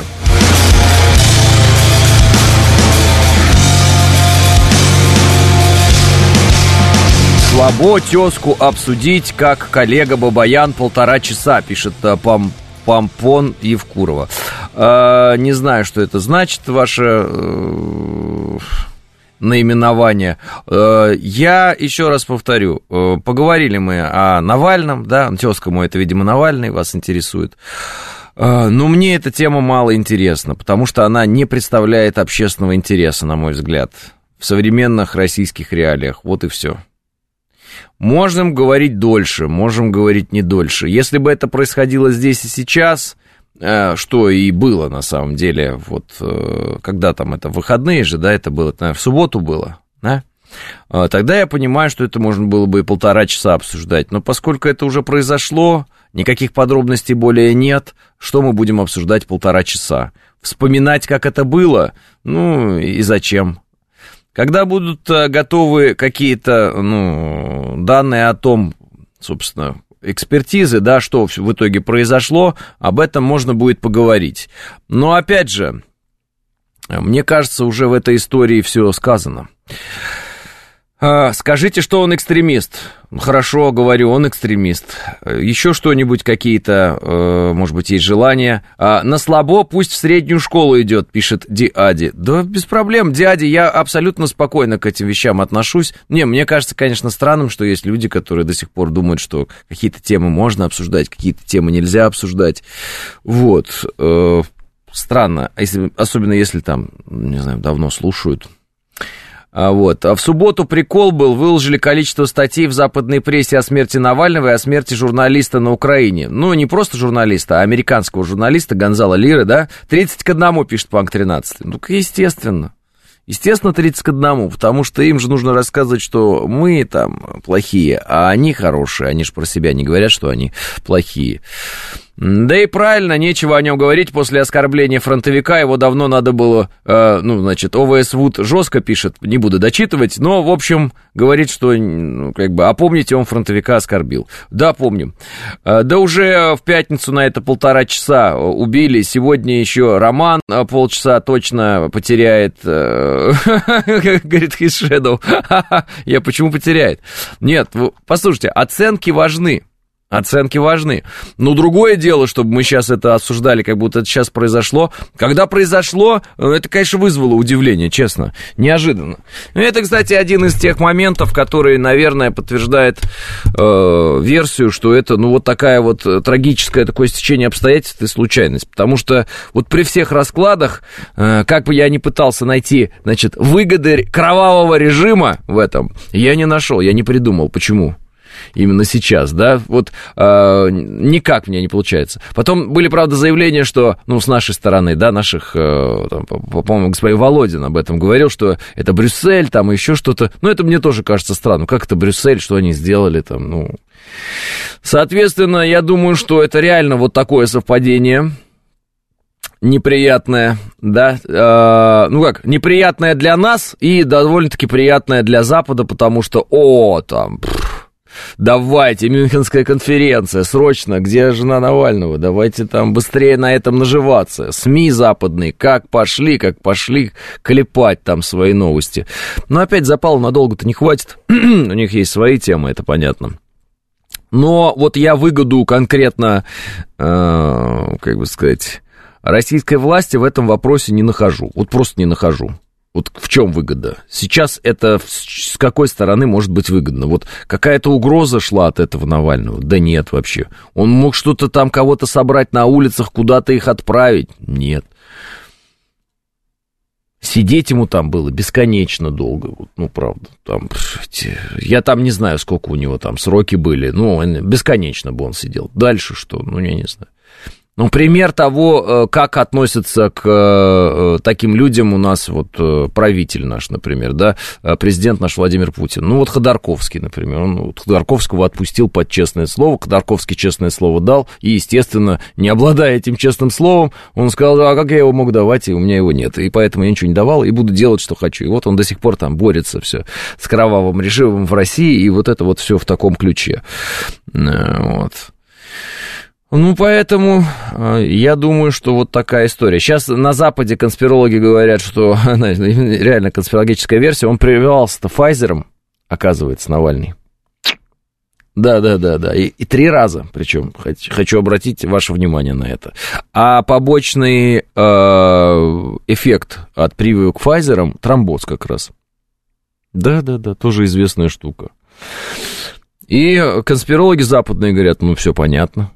Слабо тезку обсудить, как коллега Бабаян, полтора часа, пишет Пам, Помпон Евкурова. Э, не знаю, что это значит, ваше э, наименование. Э, я еще раз повторю, э, поговорили мы о Навальном, да, тезка мой, это, видимо, Навальный, вас интересует. Э, но мне эта тема мало интересна, потому что она не представляет общественного интереса, на мой взгляд, в современных российских реалиях. Вот и все. Можем говорить дольше, можем говорить не дольше. Если бы это происходило здесь и сейчас, что и было на самом деле, вот когда там это, в выходные же, да, это было, наверное, в субботу было, да, тогда я понимаю, что это можно было бы и полтора часа обсуждать. Но поскольку это уже произошло, никаких подробностей более нет, что мы будем обсуждать полтора часа? Вспоминать, как это было? Ну, и зачем? Когда будут готовы какие-то, ну, данные о том, собственно, экспертизы, да, что в итоге произошло, об этом можно будет поговорить. Но, опять же, мне кажется, уже в этой истории все сказано. Скажите, что он экстремист. Хорошо, говорю, он экстремист. Еще что-нибудь, какие-то, может быть, есть желания. На слабо пусть в среднюю школу идет, пишет Диади. Да без проблем, Диади, я абсолютно спокойно к этим вещам отношусь. Не, мне кажется, конечно, странным, что есть люди, которые до сих пор думают, что какие-то темы можно обсуждать, какие-то темы нельзя обсуждать. Вот. Странно, особенно если там, не знаю, давно слушают. Вот. А в субботу прикол был, выложили количество статей в западной прессе о смерти Навального и о смерти журналиста на Украине. Ну, не просто журналиста, а американского журналиста Гонзало Лиры, да? тридцать к одному, пишет Панк тринадцать. Ну, естественно. Естественно, тридцать к одному, потому что им же нужно рассказывать, что мы там плохие, а они хорошие. Они же про себя не говорят, что они плохие. Да и правильно, нечего о нем говорить после оскорбления фронтовика, его давно надо было, э, ну, значит, ОВС ВУД жестко пишет, не буду дочитывать, но, в общем, говорит, что, ну, как бы, а помните, он фронтовика оскорбил. Да, помним. Э, да уже в пятницу на это полтора часа убили, сегодня еще Роман полчаса точно потеряет, э, говорит His Shadow. Я почему потеряет? Нет, послушайте, оценки важны. Оценки важны. Но другое дело, чтобы мы сейчас это осуждали, как будто это сейчас произошло. Когда произошло, это, конечно, вызвало удивление, честно, неожиданно. Это, кстати, один из тех моментов, который, наверное, подтверждает э, версию, что это, ну, вот такая вот трагическое такое стечение обстоятельств и случайность. Потому что вот при всех раскладах, э, как бы я ни пытался найти, значит, выгоды кровавого режима в этом, я не нашел, я не придумал, почему. Именно сейчас, да, вот э, никак у меня не получается. Потом были, правда, заявления, что, ну, с нашей стороны, да, наших, э, там, по-моему, господин Володин об этом говорил, что это Брюссель, там, еще что-то. Ну, это мне тоже кажется странным. Как это Брюссель, что они сделали там, ну... Соответственно, я думаю, что это реально вот такое совпадение неприятное, да, э, ну как, неприятное для нас и довольно-таки приятное для Запада, потому что, о, там... Давайте, Мюнхенская конференция, срочно, где жена Навального? Давайте там быстрее на этом наживаться. СМИ западные, как пошли, как пошли клепать там свои новости. Но опять запала надолго-то не хватит. У них есть свои темы, это понятно. Но вот я выгоду конкретно, э, как бы сказать, российской власти в этом вопросе не нахожу. Вот просто не нахожу. Вот в чем выгода? Сейчас это с какой стороны может быть выгодно? Вот какая-то угроза шла от этого Навального? Да нет вообще. Он мог что-то там, кого-то собрать на улицах, куда-то их отправить? Нет. Сидеть ему там было бесконечно долго. Вот, ну, правда. Там, я там не знаю, сколько у него там сроки были. Ну, бесконечно бы он сидел. Дальше что? Ну, я не знаю. Ну, пример того, как относятся к таким людям у нас вот правитель наш, например, да, президент наш Владимир Путин. Ну, вот Ходорковский, например, он вот Ходорковского отпустил под честное слово, Ходорковский честное слово дал, и, естественно, не обладая этим честным словом, он сказал, а как я его мог давать, и у меня его нет, и поэтому я ничего не давал, и буду делать, что хочу. И вот он до сих пор там борется все с кровавым режимом в России, и вот это вот все в таком ключе. Вот. Ну, поэтому я думаю, что вот такая история. Сейчас на Западе конспирологи говорят, что реально конспирологическая версия, он прививался-то Pfizer'ом, оказывается, Навальный. Да-да-да-да, и, и три раза, причем, хочу, хочу обратить ваше внимание на это. А побочный э, эффект от прививок Pfizer'ом, тромбоз как раз. Да-да-да, тоже известная штука. И конспирологи западные говорят, ну, все понятно.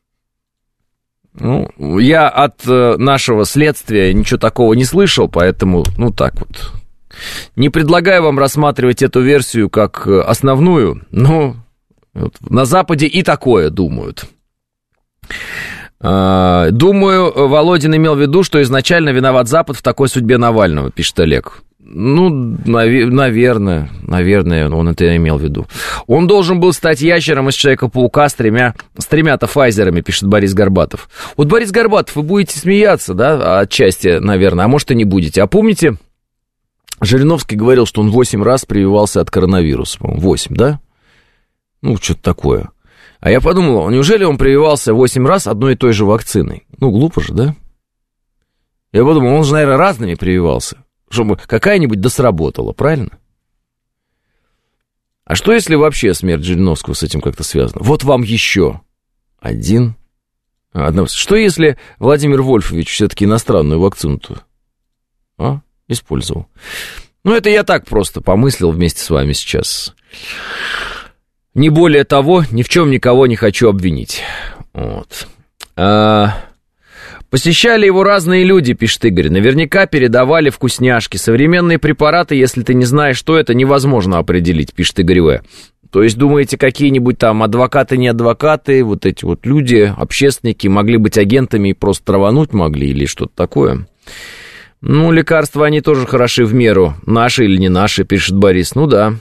Ну, я от нашего следствия ничего такого не слышал, поэтому, ну, так вот. Не предлагаю вам рассматривать эту версию как основную, но вот на Западе и такое думают. Думаю, Володин имел в виду, что изначально виноват Запад в такой судьбе Навального, пишет Олег. Ну, нав- наверное, наверное, он это имел в виду. Он должен был стать ящером из Человека-паука с тремя, с тремя-то Pfizer'ами, пишет Борис Горбатов. Вот, Борис Горбатов, вы будете смеяться, да, отчасти, наверное, а может и не будете. А помните, Жириновский говорил, что он восемь раз прививался от коронавируса, по-моему, восемь, да? Ну, что-то такое. А я подумал, неужели он прививался восемь раз одной и той же вакциной? Ну, глупо же, да? Я подумал, он же, наверное, разными прививался. Чтобы какая-нибудь да сработала, правильно? А что, если вообще смерть Жириновского с этим как-то связана? Вот вам еще один. Одна... Что, если Владимир Вольфович все-таки иностранную вакцину-то а? использовал? Ну, это я так просто помыслил вместе с вами сейчас. Не более того, ни в чем никого не хочу обвинить. Вот. А... Посещали его разные люди, пишет Игорь. Наверняка передавали вкусняшки. Современные препараты, если ты не знаешь, что это, невозможно определить, пишет Игорь В. То есть, думаете, какие-нибудь там адвокаты, не адвокаты, вот эти вот люди, общественники, могли быть агентами и просто травануть могли или что-то такое? Ну, лекарства, они тоже хороши в меру. Наши или не наши, пишет Борис. Ну да.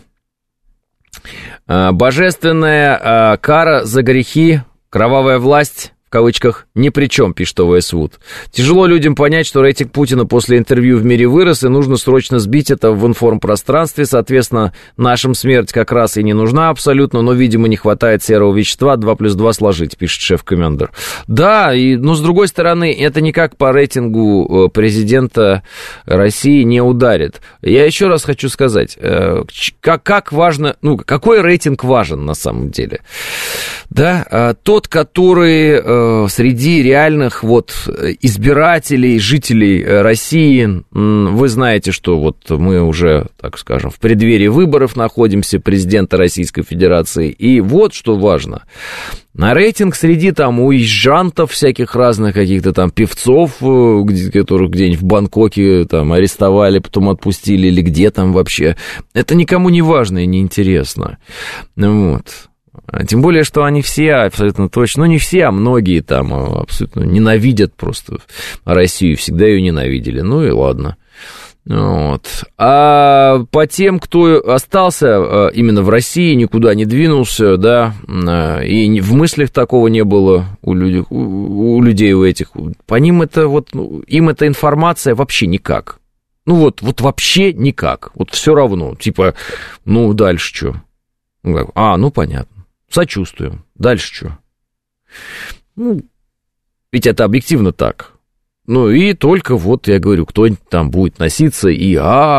Божественная кара за грехи, кровавая власть... в кавычках, ни при чем, пишет ОВС Вуд. Тяжело людям понять, что рейтинг Путина после интервью в мире вырос, и нужно срочно сбить это в информпространстве. Соответственно, нашим смерть как раз и не нужна абсолютно, но, видимо, не хватает серого вещества, два плюс два сложить, пишет шеф-комендер. Да, и, но с другой стороны, это никак по рейтингу президента России не ударит. Я еще раз хочу сказать, как, как важно, ну, какой рейтинг важен на самом деле? Да, тот, который среди реальных вот избирателей, жителей России, вы знаете, что вот мы уже, так скажем, в преддверии выборов находимся, президента Российской Федерации, и вот что важно. На рейтинг среди там уезжантов всяких разных, каких-то там певцов, которых где-нибудь в Бангкоке там арестовали, потом отпустили, или где там вообще, это никому не важно и не интересно. Вот. Тем более, что они все абсолютно точно, ну не все, а многие там абсолютно ненавидят просто Россию, всегда ее ненавидели, ну и ладно. Вот. А по тем, кто остался именно в России, никуда не двинулся, да, и в мыслях такого не было у людей, у людей у этих, по ним это вот, им эта информация вообще никак. Ну вот, вот вообще никак, вот все равно, типа, ну дальше что? А, ну понятно. Сочувствую. Дальше что? Ну, ведь это объективно так. Ну, и только вот, я говорю, кто-нибудь там будет носиться и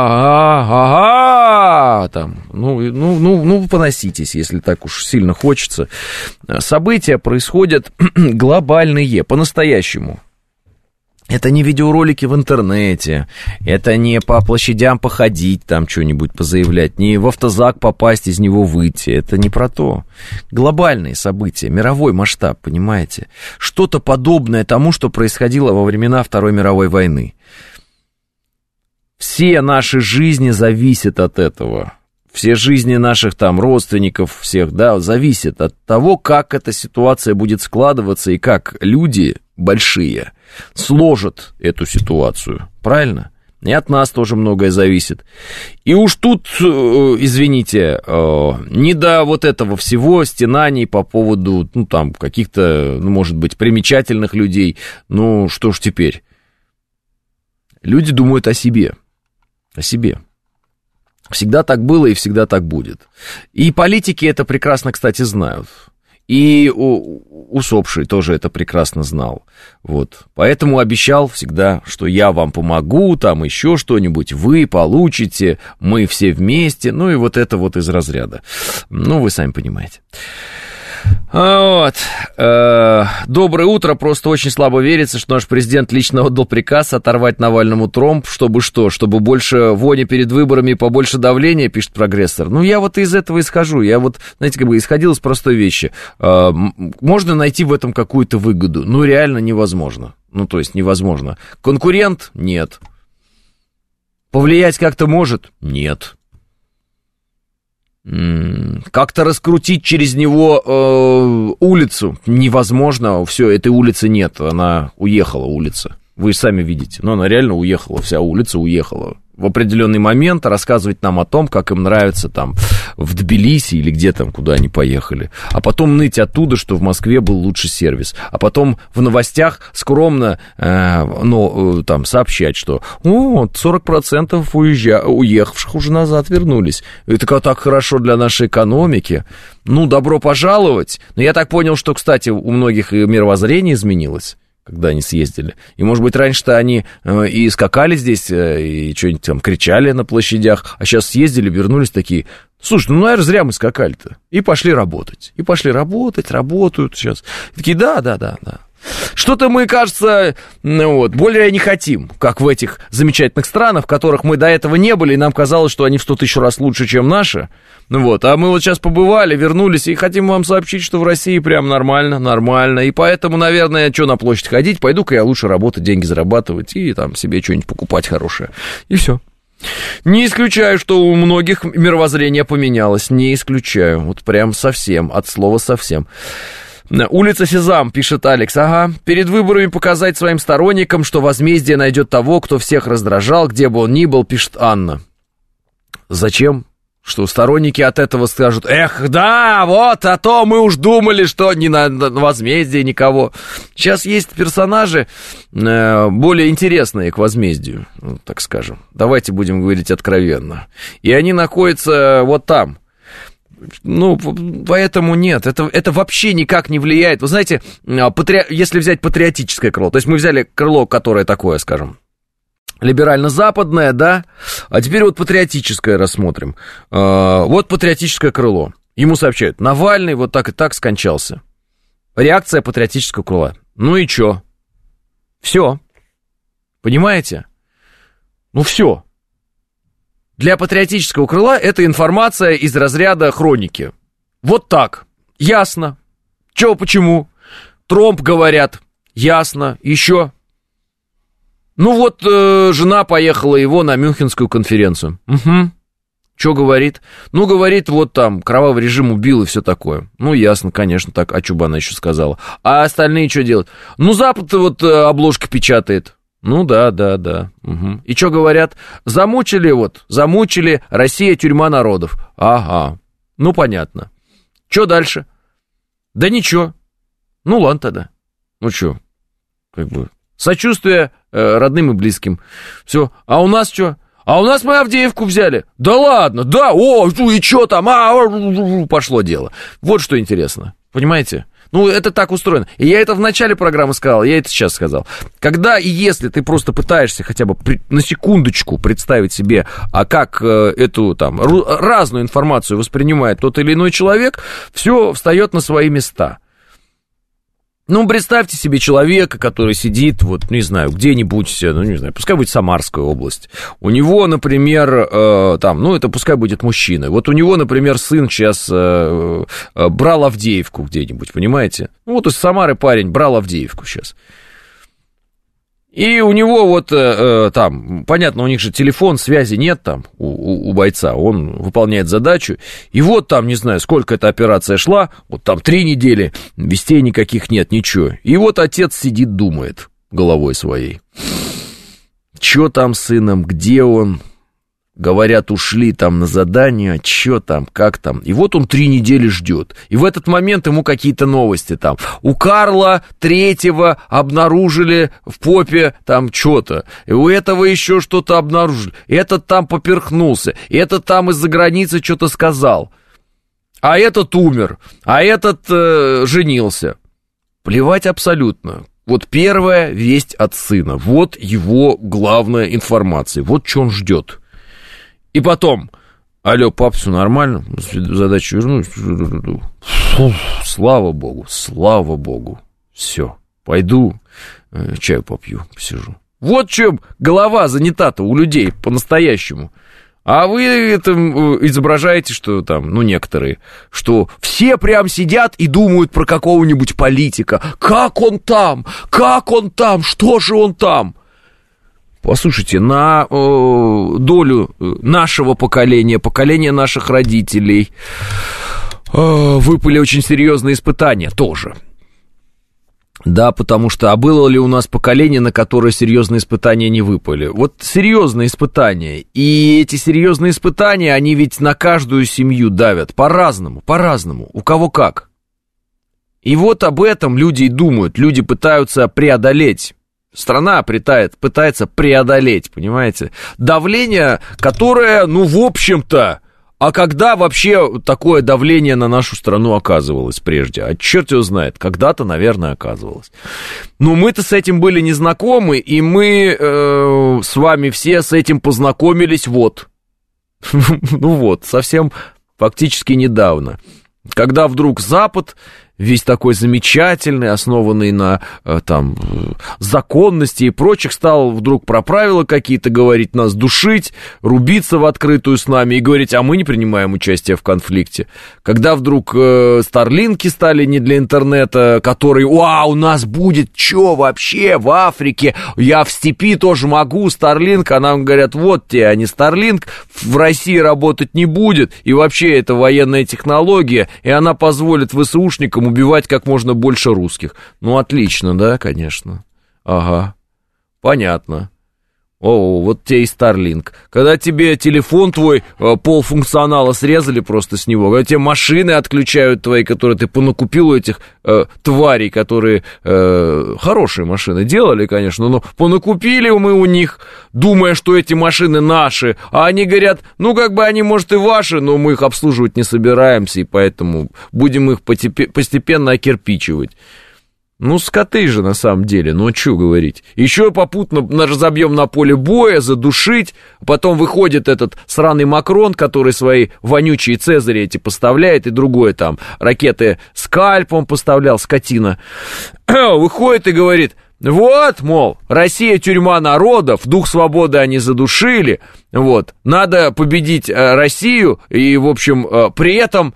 а-а-а-а там, ну, ну, ну, ну, поноситесь, если так уж сильно хочется. События происходят глобальные, по-настоящему. Это не видеоролики в интернете, это не по площадям походить, там что-нибудь позаявлять, не в автозак попасть, из него выйти, это не про то. Глобальные события, мировой масштаб, понимаете? Что-то подобное тому, что происходило во времена Второй мировой войны. Все наши жизни зависят от этого. все жизни наших там родственников всех, да, зависит от того, как эта ситуация будет складываться и как люди большие сложат эту ситуацию, правильно? И от нас тоже многое зависит. И уж тут, извините, не до вот этого всего стенаний по поводу, ну, там, каких-то, ну, может быть, примечательных людей. Ну, что ж теперь? Люди думают о себе. О себе. Всегда так было и всегда так будет. И политики это прекрасно, кстати, знают. И усопший тоже это прекрасно знал. Вот. Поэтому обещал всегда, что я вам помогу, там еще что-нибудь, вы получите, мы все вместе. Ну и вот это вот из разряда. Ну, вы сами понимаете. Вот. Доброе утро. Просто очень слабо верится, что наш президент лично отдал приказ оторвать Навальному тромб, чтобы что? Чтобы больше вони перед выборами и побольше давления, пишет Прогрессор. Ну, я вот из этого исхожу. Я вот, знаете, как бы исходил из простой вещи. Можно найти в этом какую-то выгоду. Ну, реально невозможно. Ну, то есть невозможно. Конкурент? Нет. Повлиять как-то может? Нет. Как-то раскрутить через него э, улицу невозможно. Все, этой улицы нет. Она уехала, улица. Вы сами видите. Но она реально уехала. Вся улица уехала. В определенный момент рассказывать нам о том, как им нравится там в Тбилиси или где там, куда они поехали. А потом ныть оттуда, что в Москве был лучший сервис. А потом в новостях скромно э, ну, там сообщать, что о, сорок процентов уезжа... уехавших уже назад вернулись. Это так хорошо для нашей экономики. Ну, добро пожаловать. Но я так понял, что, кстати, у многих и мировоззрение изменилось, когда они съездили. И, может быть, раньше-то они э, и скакали здесь, э, и что-нибудь там кричали на площадях, а сейчас съездили, вернулись такие: слушай, ну, наверное, зря мы скакали-то. И пошли работать. И пошли работать, работают сейчас. И такие, да, да, да, да. Что-то мы, кажется, ну, вот, более не хотим, как в этих замечательных странах, в которых мы до этого не были, и нам казалось, что они в сто тысяч раз лучше, чем наши. Ну вот, а мы вот сейчас побывали, вернулись, и хотим вам сообщить, что в России прям нормально, нормально. И поэтому, наверное, что на площадь ходить, пойду-ка я лучше работать, деньги зарабатывать и там себе что-нибудь покупать хорошее. И все. Не исключаю, что у многих мировоззрение поменялось, не исключаю. Вот прям совсем, от слова совсем. Улица Сезам, пишет Алекс. Ага, перед выборами показать своим сторонникам, что возмездие найдет того, кто всех раздражал, где бы он ни был, пишет Анна. Зачем? Что сторонники от этого скажут: эх, да, вот, а то мы уж думали, что не на возмездие никого. Сейчас есть персонажи э, более интересные к возмездию, так скажем. Давайте будем говорить откровенно. И они находятся вот там. Ну, поэтому нет, это, это вообще никак не влияет. Вы знаете, патри... если взять патриотическое крыло, то есть мы взяли крыло, которое такое, скажем, либерально-западное, да, а теперь вот патриотическое рассмотрим. Вот патриотическое крыло. Ему сообщают: Навальный вот так и так скончался. Реакция патриотического крыла. Ну и чё? Все. Понимаете? Ну все. Для патриотического крыла это информация из разряда хроники. Вот так. Ясно. Чё, почему? Тромб, говорят. Ясно. Еще. Ну вот, э, жена поехала его на Мюнхенскую конференцию. Угу. Чё говорит? Ну, говорит, вот там, кровавый режим убил и все такое. Ну, ясно, конечно, так. А чё бы она еще сказала? А остальные что делают? Ну, Запад вот э, обложка печатает. Ну да, да, да. Угу. И что говорят? Замучили вот, замучили, Россия тюрьма народов. Ага, ну понятно. Что дальше? Да ничего. Ну ладно тогда. Ну что, как бы, сочувствие э, родным и близким. Все. А у нас что? А у нас мы Авдеевку взяли. Да ладно, да, о, и что там? А, пошло дело. Вот что интересно. Понимаете? Ну, это так устроено. И я это в начале программы сказал, я это сейчас сказал. Когда и если ты просто пытаешься хотя бы при, на секундочку представить себе, а как э, эту там ру, разную информацию воспринимает тот или иной человек, все встает на свои места. Ну, представьте себе человека, который сидит, вот, не знаю, где-нибудь, ну, не знаю, пускай будет Самарская область. У него, например, э, там, ну, это пускай будет мужчина. Вот у него, например, сын сейчас э, э, брал Авдеевку где-нибудь, понимаете? Ну, вот из Самары парень брал Авдеевку сейчас. И у него вот э, там, понятно, у них же телефон, связи нет там у, у, у бойца, он выполняет задачу, и вот там, не знаю, сколько эта операция шла, вот там три недели, вестей никаких нет, ничего. И вот отец сидит, думает головой своей, что там с сыном, где он, говорят, ушли там на задание, что там, как там. И вот он три недели ждет. И в этот момент ему какие-то новости там. У Карла Третьего обнаружили в попе там что-то. И у этого еще что-то обнаружили. Этот там поперхнулся. Этот там из-за границы что-то сказал. А этот умер. А этот э, женился. Плевать абсолютно. Вот первая весть от сына. Вот его главная информация. Вот что он ждет. И потом, алло, пап, все нормально, задачу вернусь. Фу, слава богу, слава богу, все, пойду э, чаю попью, посижу. Вот чем голова занята-то у людей по-настоящему. А вы это изображаете, что там, ну, некоторые, что все прям сидят и думают про какого-нибудь политика. Как он там? Как он там? Что же он там? Послушайте, на э, долю нашего поколения, поколения наших родителей э, выпали очень серьезные испытания тоже. Да, потому что, а было ли у нас поколение, на которое серьезные испытания не выпали? Вот серьезные испытания. И эти серьезные испытания, они ведь на каждую семью давят по-разному, по-разному, у кого как. И вот об этом люди и думают, люди пытаются преодолеть. Страна пытает, пытается преодолеть, понимаете, давление, которое, ну, в общем-то, а когда вообще такое давление на нашу страну оказывалось прежде? А черт его знает, когда-то, наверное, оказывалось. Но мы-то с этим были не знакомы, и мы э, с вами все с этим познакомились вот. Ну вот, совсем фактически недавно. Когда вдруг Запад, весь такой замечательный, основанный на там законности и прочих, стал вдруг про правила какие-то говорить, нас душить, рубиться в открытую с нами и говорить, а мы не принимаем участие в конфликте. Когда вдруг э, старлинки стали не для интернета, который, вау, у нас будет что вообще в Африке, я в степи тоже могу, старлинк, а нам говорят, вот тебе, а не старлинк, в России работать не будет, и вообще это военная технология, и она позволит ВСУшникам убивать как можно больше русских. Ну, отлично, да, конечно. Ага, понятно. О, вот тебе и Starlink. Когда тебе телефон твой, полфункционала срезали просто с него, когда тебе машины отключают твои, которые ты понакупил у этих э, тварей, которые э, хорошие машины делали, конечно, но понакупили мы у них, думая, что эти машины наши, а они говорят, ну, как бы они, может, и ваши, но мы их обслуживать не собираемся, и поэтому будем их постепенно окирпичивать. Ну, скоты же, на самом деле, ну, что говорить. Еще попутно разобьем на поле боя, задушить, потом выходит этот сраный Макрон, который свои вонючие Цезари эти поставляет, и другое там, ракеты Скальп он поставлял, скотина, выходит и говорит, вот, мол, Россия тюрьма народов, дух свободы они задушили, вот, надо победить Россию, и, в общем, при этом...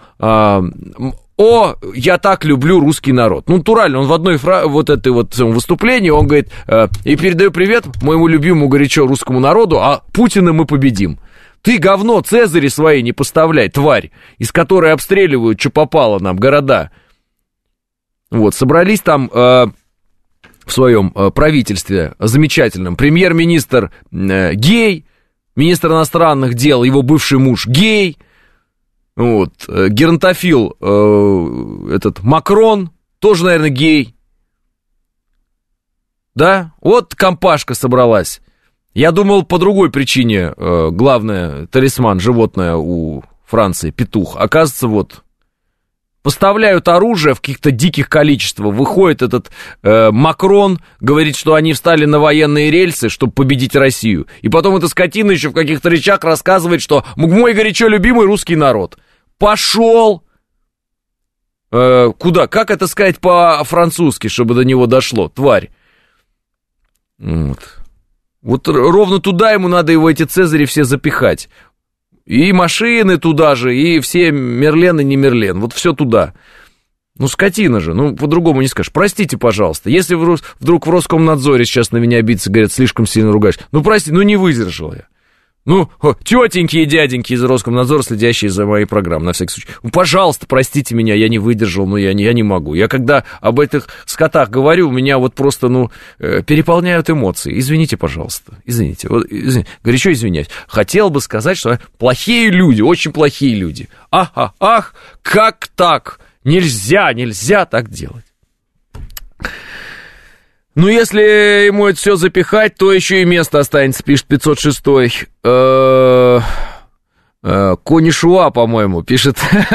О, я так люблю русский народ. Ну, натурально, он в одной фра... вот этой вот выступлении, он говорит, э, и передаю привет моему любимому горячо русскому народу, а Путина мы победим. Ты говно Цезари свои не поставляй, тварь, из которой обстреливают, что попало нам, города. Вот, собрались там... Э, в своем э, правительстве замечательном премьер-министр э, гей, министр иностранных дел, его бывший муж гей, вот, геронтофил, э, этот Макрон, тоже, наверное, гей. Да? Вот компашка собралась. Я думал, по другой причине, э, главное, талисман, животное у Франции, петух. Оказывается, вот, поставляют оружие в каких-то диких количествах. Выходит этот э, Макрон, говорит, что они встали на военные рельсы, чтобы победить Россию. И потом эта скотина еще в каких-то речах рассказывает, что мой горячо любимый русский народ. Пошел! Э, куда? Как это сказать по-французски, чтобы до него дошло? Тварь. Вот. Вот ровно туда ему надо его, эти Цезари, все запихать. И машины туда же, и все Мерлен и не Мерлен. Вот все туда. Ну, скотина же, ну, по-другому не скажешь. Простите, пожалуйста, если вдруг в Роскомнадзоре сейчас на меня обидятся, говорят, слишком сильно ругаешь, ну, прости, ну, не выдержал я. Ну, тетеньки и дяденьки из Роскомнадзора, следящие за моей программой, на всякий случай. Ну, пожалуйста, простите меня, я не выдержал, но я не, я не могу. Я когда об этих скотах говорю, у меня вот просто, ну, переполняют эмоции. Извините, пожалуйста, извините. Вот, извините. Горячо извиняюсь. Хотел бы сказать, что плохие люди, очень плохие люди. Ах, ах, ах, как так? Нельзя, нельзя так делать. Ну, если ему это все запихать, то еще и место останется, пишет пятьсот шестой. Конишуа, по-моему, пишет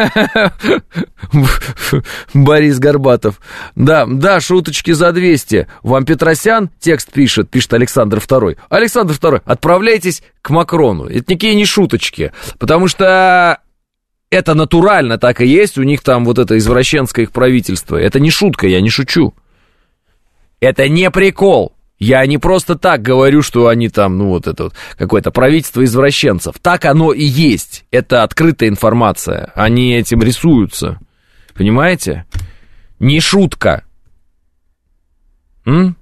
Борис Горбатов. Да, да, шуточки за двести. Вам Петросян текст пишет, пишет Александр Второй. Александр Второй, отправляйтесь к Макрону. Это никакие не шуточки, потому что... Это натурально так и есть, у них там вот это извращенское их правительство. Это не шутка, я не шучу. Это не прикол. Я не просто так говорю, что они там, ну вот это вот, какое-то правительство извращенцев. Так оно и есть. Это открытая информация. Они этим рисуются. Понимаете? Не шутка. М?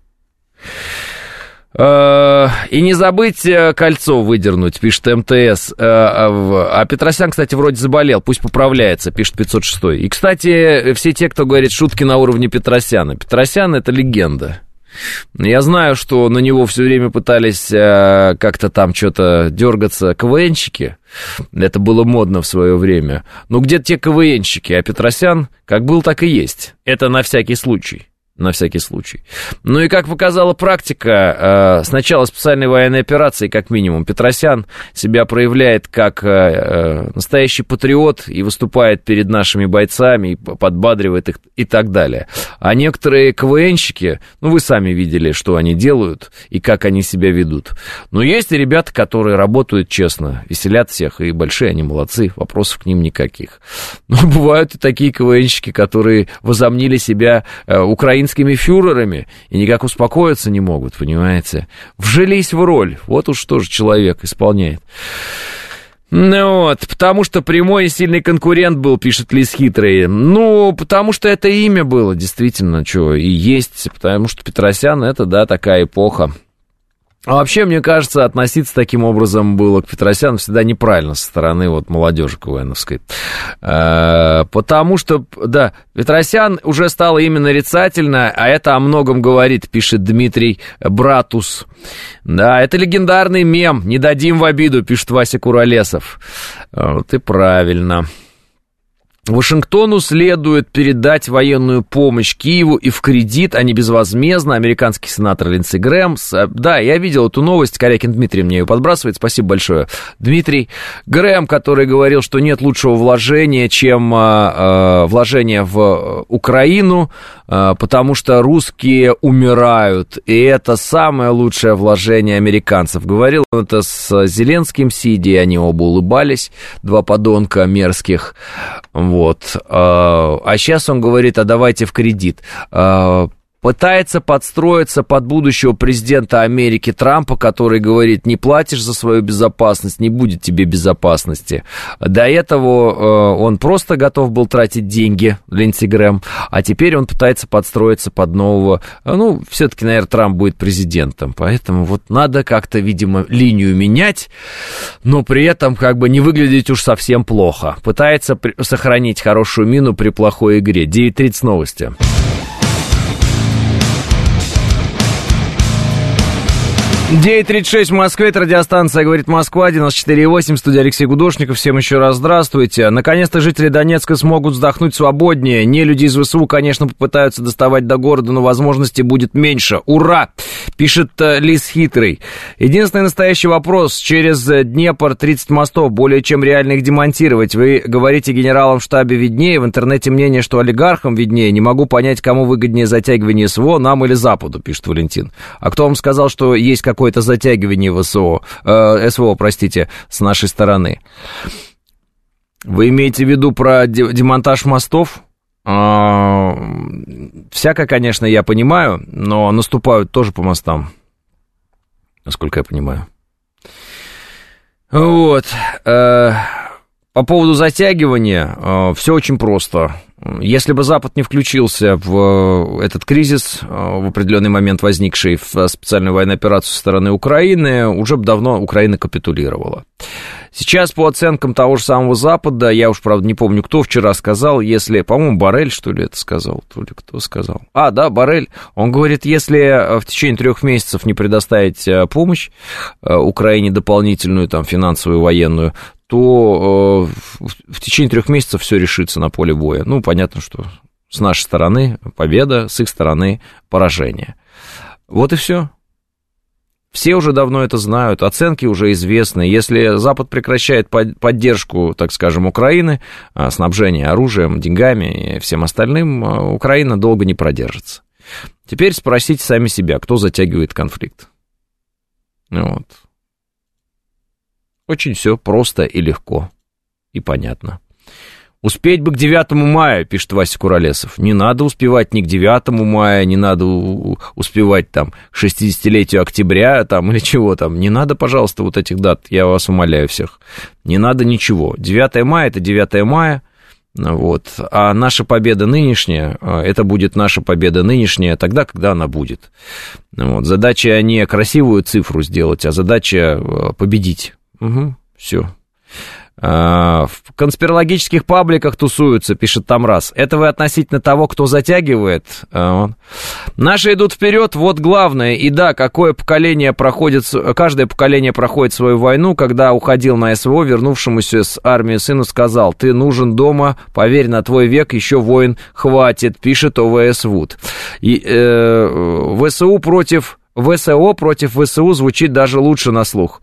И не забыть кольцо выдернуть, пишет МТС. А Петросян, кстати, вроде заболел, пусть поправляется, пишет пятьсот шестой. И, кстати, все те, кто говорит шутки на уровне Петросяна. Петросян — это легенда. Я знаю, что на него все время пытались как-то там что-то дергаться КВНщики. Это было модно в свое время. Но где те КВНщики? А Петросян как был, так и есть. Это на всякий случай. На всякий случай. Ну и как показала практика, с начала специальной военной операции, как минимум, Петросян себя проявляет как настоящий патриот и выступает перед нашими бойцами, и подбадривает их и так далее. А некоторые КВНщики, ну вы сами видели, что они делают и как они себя ведут. Но есть и ребята, которые работают честно, веселят всех, и большие они молодцы, вопросов к ним никаких. Но бывают и такие КВНщики, которые возомнили себя украинцами, фюрерами и никак успокоиться не могут, понимаете? Вжились в роль. Вот уж тоже человек исполняет. Ну вот, потому что прямой и сильный конкурент был, пишет Лис Хитрый. Ну, потому что это имя было, действительно, что и есть. Потому что Петросян — это, да, такая эпоха. А вообще, мне кажется, относиться таким образом было к Петросяну всегда неправильно со стороны вот молодежи КВНовской. А, потому что, да, Петросян уже стало имя нарицательно, а это о многом говорит, пишет Дмитрий Братус. Да, это легендарный мем, не дадим в обиду, пишет Вася Куролесов. Вот и правильно. Вашингтону следует передать военную помощь Киеву и в кредит, а не безвозмездно. Американский сенатор Линдси Грэм. Да, я видел эту новость, Корякин Дмитрий мне ее подбрасывает, спасибо большое. Дмитрий Грэм, который говорил, что нет лучшего вложения, чем э, вложение в Украину, э, потому что русские умирают, и это самое лучшее вложение американцев. Говорил он это с Зеленским, сидя, и они оба улыбались, два подонка мерзких. Вот. А сейчас он говорит, а давайте в кредит. Пытается подстроиться под будущего президента Америки Трампа, который говорит, не платишь за свою безопасность, не будет тебе безопасности. До этого он просто готов был тратить деньги, Линдси Грэм, а теперь он пытается подстроиться под нового... Ну, все-таки, наверное, Трамп будет президентом, поэтому вот надо как-то, видимо, линию менять, но при этом как бы не выглядеть уж совсем плохо. Пытается сохранить хорошую мину при плохой игре. девять тридцать новости. девять тридцать шесть в Москве, это радиостанция «Говорит Москва», девяносто четыре и восемь, студия Алексей Гудошников. Всем еще раз здравствуйте. Наконец-то жители Донецка смогут вздохнуть свободнее. Не люди из ВСУ, конечно, попытаются доставать до города, но возможностей будет меньше. Ура! Пишет э, Лис Хитрый. Единственный настоящий вопрос. Через Днепр тридцать мостов, более чем реально их демонтировать. Вы говорите генералам в штабе виднее, в интернете мнение, что олигархам виднее. Не могу понять, кому выгоднее затягивание СВО, нам или Западу, пишет Валентин. А кто вам сказал, что есть какой какое-то затягивание ВСО, э, СВО, простите, с нашей стороны? Вы имеете в виду про демонтаж мостов? Э, всяко, конечно, я понимаю, но наступают тоже по мостам, насколько я понимаю. Вот. Э, по поводу затягивания, э, все очень просто. Если бы Запад не включился в этот кризис, в определенный момент возникший в специальную военную операцию со стороны Украины, уже бы давно Украина капитулировала. Сейчас, по оценкам того же самого Запада, я уж, правда, не помню, кто вчера сказал, если, по-моему, Боррель, что ли, это сказал, то ли кто сказал. А, да, Боррель, он говорит, если в течение трех месяцев не предоставить помощь Украине дополнительную, там, финансовую, военную, то в течение трех месяцев все решится на поле боя. Ну, понятно, что с нашей стороны победа, с их стороны поражение. Вот и все. Все уже давно это знают, оценки уже известны. Если Запад прекращает поддержку, так скажем, Украины, снабжение оружием, деньгами и всем остальным, Украина долго не продержится. Теперь спросите сами себя, кто затягивает конфликт. Вот. Очень все просто и легко, и понятно. Успеть бы к девятому мая, пишет Вася Куролесов. Не надо успевать ни к девятому мая, не надо успевать там к шестидесятилетию октября там, или чего там. Не надо, пожалуйста, вот этих дат, я вас умоляю всех. Не надо ничего. девятое мая – это девятое мая, вот. А наша победа нынешняя, это будет наша победа нынешняя тогда, когда она будет. Вот. Задача не красивую цифру сделать, а задача победить. Угу, все. В конспирологических пабликах тусуются, пишет Тамраз. Это вы относительно того, кто затягивает. Наши идут вперед, вот главное. И да, какое поколение проходит, каждое поколение проходит свою войну. Когда уходил на СВО, вернувшемуся с армии сыну сказал: ты нужен дома, поверь, на твой век еще войн хватит, пишет ОВС Вуд. И, э, ВСУ против... ВСО против ВСУ звучит даже лучше на слух.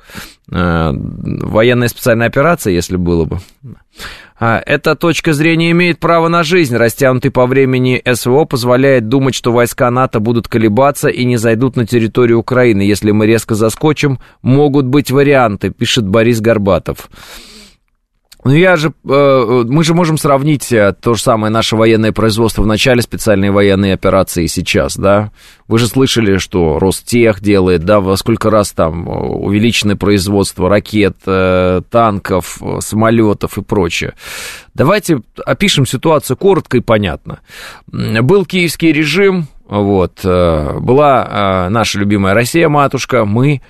Военная специальная операция, если было бы. Эта точка зрения имеет право на жизнь. Растянутый по времени СВО позволяет думать, что войска НАТО будут колебаться и не зайдут на территорию Украины. Если мы резко заскочим, могут быть варианты, пишет Борис Горбатов. Ну, я же, э, мы же можем сравнить то же самое наше военное производство в начале специальной военной операции и сейчас, да? Вы же слышали, что Ростех делает, да, во сколько раз там увеличено производство ракет, э, танков, самолетов и прочее. Давайте опишем ситуацию коротко и понятно. Был киевский режим, вот, э, была э, наша любимая Россия-матушка, мы...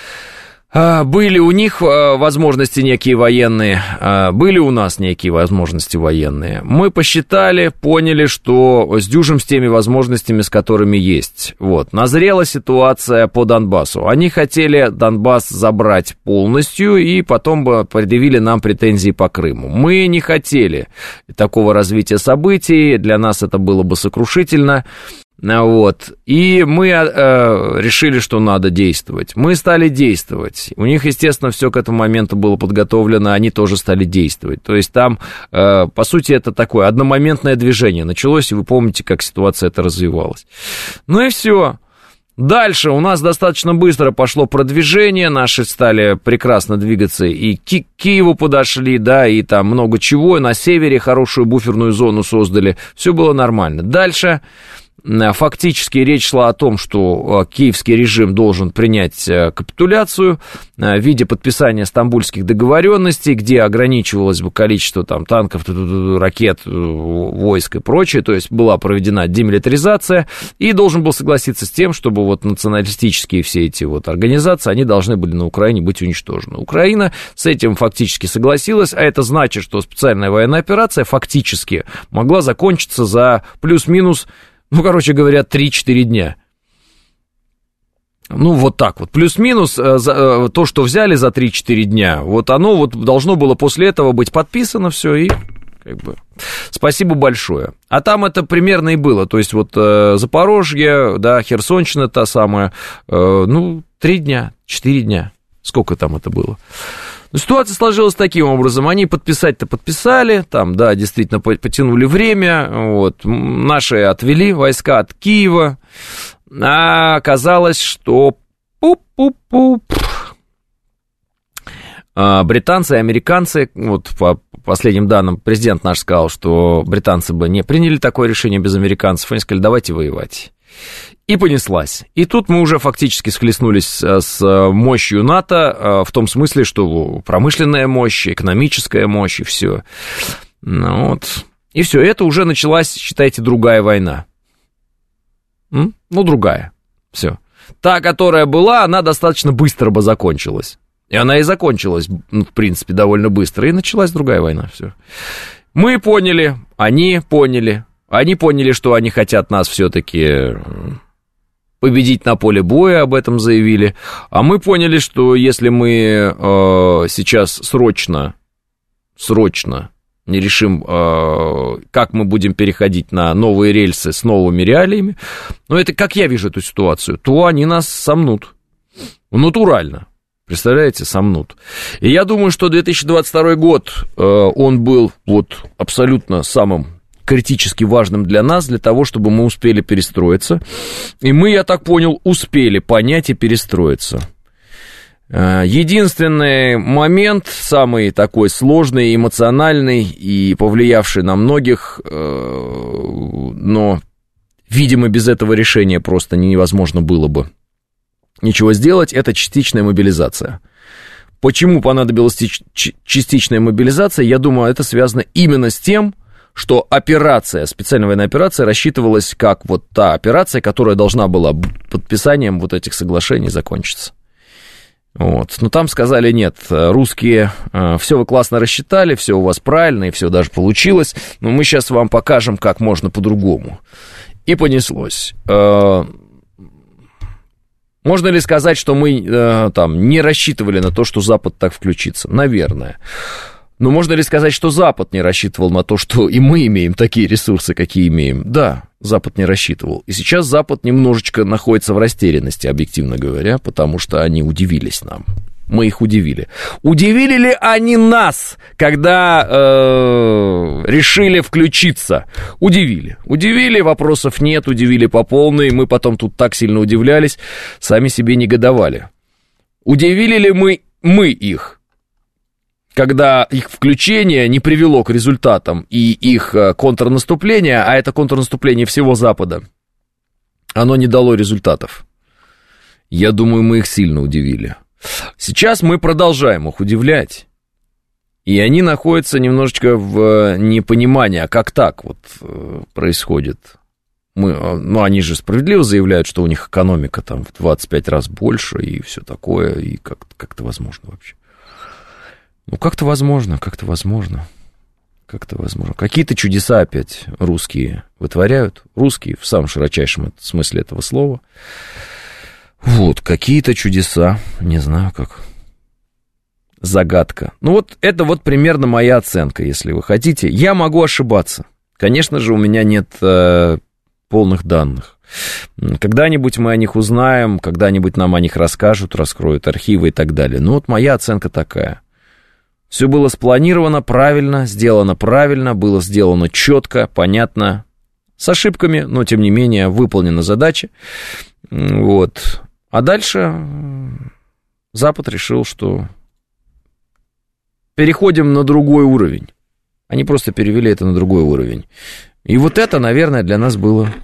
Были у них возможности некие военные, были у нас некие возможности военные. Мы посчитали, поняли, что сдюжим с теми возможностями, с которыми есть. Вот. Назрела ситуация по Донбассу. Они хотели Донбасс забрать полностью и потом бы предъявили нам претензии по Крыму. Мы не хотели такого развития событий, для нас это было бы сокрушительно. Вот. И мы э, решили, что надо действовать. Мы стали действовать. У них, естественно, все к этому моменту было подготовлено, они тоже стали действовать. То есть там, э, по сути, это такое одномоментное движение началось, и вы помните, как ситуация это развивалась. Ну и все. Дальше у нас достаточно быстро пошло продвижение, наши стали прекрасно двигаться и к Киеву подошли, да, и там много чего, на севере хорошую буферную зону создали, все было нормально. Дальше... Фактически речь шла о том, что киевский режим должен принять капитуляцию в виде подписания стамбульских договоренностей, где ограничивалось бы количество там, танков, ракет, войск и прочее, то есть была проведена демилитаризация, и должен был согласиться с тем, чтобы вот националистические все эти вот организации, они должны были на Украине быть уничтожены. Украина с этим фактически согласилась, а это значит, что специальная военная операция фактически могла закончиться за плюс-минус, ну, короче говоря, три-четыре дня. Ну, вот так вот. Плюс-минус то, что взяли за три-четыре дня, вот оно вот должно было после этого быть подписано все и как бы спасибо большое. А там это примерно и было. То есть вот Запорожье, да, Херсонщина та самая, ну, три дня, четыре дня. Сколько там это было? Ситуация сложилась таким образом, они подписать-то подписали, там, да, действительно потянули время, вот, наши отвели войска от Киева, а оказалось, что пуп-пуп-пуп. А британцы и американцы, вот по последним данным, президент наш сказал, что британцы бы не приняли такое решение без американцев, они сказали, давайте воевать. И понеслась. И тут мы уже фактически схлестнулись с мощью НАТО, в том смысле, что промышленная мощь, экономическая мощь и все. Ну, вот. И все, это уже началась, считайте, другая война. М? Ну, другая. Все. Та, которая была, она достаточно быстро бы закончилась. И она и закончилась, ну, в принципе, довольно быстро. И началась другая война. Все. Мы поняли, они поняли. Они поняли, что они хотят нас все-таки победить на поле боя, об этом заявили. А мы поняли, что если мы э, сейчас срочно, срочно не решим, э, как мы будем переходить на новые рельсы с новыми реалиями, ну, это как я вижу эту ситуацию, то они нас сомнут. Натурально. Представляете, сомнут. И я думаю, что две тысячи двадцать второй год, э, он был вот абсолютно самым критически важным для нас, для того, чтобы мы успели перестроиться. И мы, я так понял, успели понять и перестроиться. Единственный момент, самый такой сложный, эмоциональный и повлиявший на многих, но, видимо, без этого решения просто невозможно было бы ничего сделать, это частичная мобилизация. Почему понадобилась частичная мобилизация? Я думаю, это связано именно с тем, что операция, специальная военная операция рассчитывалась как вот та операция, которая должна была подписанием вот этих соглашений закончиться. Вот. Но там сказали, нет, русские, все вы классно рассчитали, все у вас правильно, и все даже получилось, но мы сейчас вам покажем, как можно по-другому. И понеслось. Можно ли сказать, что мы там не рассчитывали на то, что Запад так включится? Наверное. Но можно ли сказать, что Запад не рассчитывал на то, что и мы имеем такие ресурсы, какие имеем? Да, Запад не рассчитывал. И сейчас Запад немножечко находится в растерянности, объективно говоря, потому что они удивились нам. Мы их удивили. Удивили ли они нас, когда э, решили включиться? Удивили. Удивили, вопросов нет, удивили по полной. Мы потом тут так сильно удивлялись, сами себе негодовали. Удивили ли мы, мы их? Когда их включение не привело к результатам и их контрнаступление, а это контрнаступление всего Запада, оно не дало результатов. Я думаю, мы их сильно удивили. Сейчас мы продолжаем их удивлять, и они находятся немножечко в непонимании, а как так вот происходит. Мы, ну, они же справедливо заявляют, что у них экономика там в двадцать пять раз больше и все такое, и как, как это возможно вообще? Ну, как-то возможно, как-то возможно, как-то возможно. Какие-то чудеса опять русские вытворяют, русские в самом широчайшем смысле этого слова. Вот, какие-то чудеса, не знаю как, загадка. Ну, вот это вот примерно моя оценка, если вы хотите. Я могу ошибаться. Конечно же, у меня нет э, полных данных. Когда-нибудь мы о них узнаем, когда-нибудь нам о них расскажут, раскроют архивы и так далее. Ну, вот моя оценка такая. Все было спланировано правильно, сделано правильно, было сделано четко, понятно, с ошибками, но, тем не менее, выполнена задача. Вот. А дальше Запад решил, что переходим на другой уровень. Они просто перевели это на другой уровень. И вот это, наверное, для нас было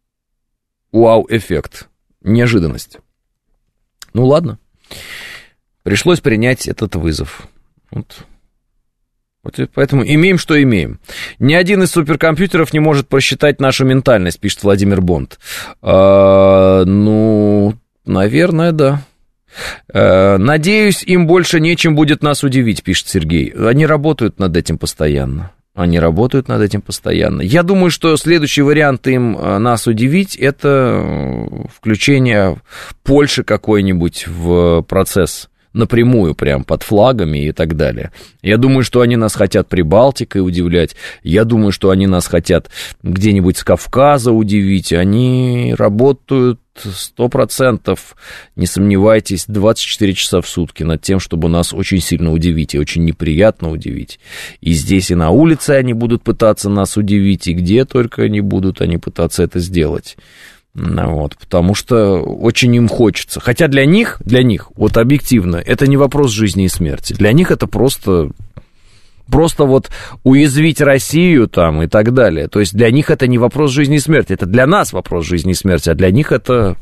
вау-эффект, неожиданность. Ну, ладно. Пришлось принять этот вызов. Вот. Вот поэтому имеем, что имеем. Ни один из суперкомпьютеров не может просчитать нашу ментальность, пишет Владимир Бонд. А, ну, наверное, да. А, надеюсь, им больше нечем будет нас удивить, пишет Сергей. Они работают над этим постоянно. Они работают над этим постоянно. Я думаю, что следующий вариант им нас удивить — это включение Польши какой-нибудь в процесс напрямую, прям под флагами и так далее. Я думаю, что они нас хотят Прибалтикой удивлять. Я думаю, что они нас хотят где-нибудь с Кавказа удивить. Они работают сто процентов, не сомневайтесь, двадцать четыре часа в сутки над тем, чтобы нас очень сильно удивить и очень неприятно удивить. И здесь, и на улице они будут пытаться нас удивить, и где только они будут они пытаться это сделать. Вот, потому что очень им хочется. Хотя для них, для них, вот объективно, это не вопрос жизни и смерти. Для них это просто, просто вот уязвить Россию там и так далее. То есть для них это не вопрос жизни и смерти. Это для нас вопрос жизни и смерти, а для них это...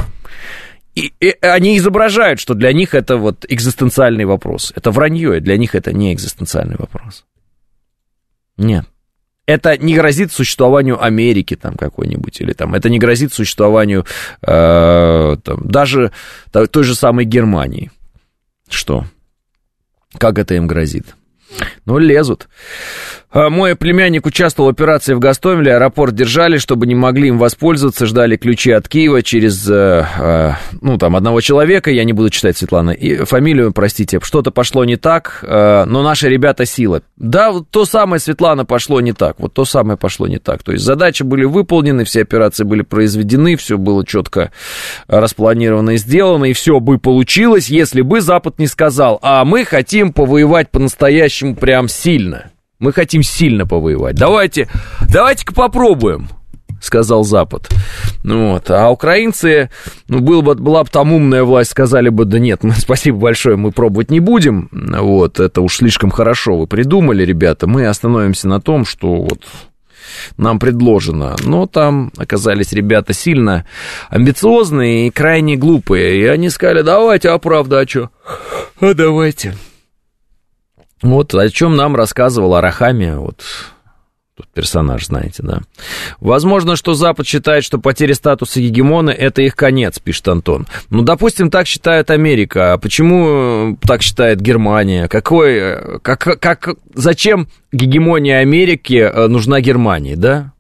И, и они изображают, что для них это вот экзистенциальный вопрос. Это вранье, и для них это не экзистенциальный вопрос. Нет. это не грозит существованию Америки там какой-нибудь, или там, это не грозит существованию э, там, даже той же самой Германии. Что? Как это им грозит? Ну, лезут. Мой племянник участвовал в операции в Гостомеле, аэропорт держали, чтобы не могли им воспользоваться, ждали ключи от Киева через, ну, там, одного человека, я не буду читать, Светлана, и фамилию, простите, что-то пошло не так, но наши ребята сила. Да, вот то самое, Светлана, пошло не так, вот то самое пошло не так, то есть задачи были выполнены, все операции были произведены, все было четко распланировано и сделано, и все бы получилось, если бы Запад не сказал, а мы хотим повоевать по-настоящему прям сильно. Мы хотим сильно повоевать. Давайте, давайте-ка попробуем, сказал Запад. Ну вот. А украинцы, ну, был бы, была бы там умная власть, сказали бы, да нет, мы, спасибо большое, мы пробовать не будем. Вот, это уж слишком хорошо вы придумали, ребята. Мы остановимся на том, что вот нам предложено. Но там оказались ребята сильно амбициозные и крайне глупые. И они сказали, давайте, а правда, а что? А давайте. Вот о чем нам рассказывал Арахами, вот тут персонаж, знаете, да. Возможно, что Запад считает, что потеря статуса гегемона – это их конец, пишет Антон. Ну, допустим, так считает Америка. А почему так считает Германия? Какой, как, как, зачем гегемония Америки нужна Германии, да?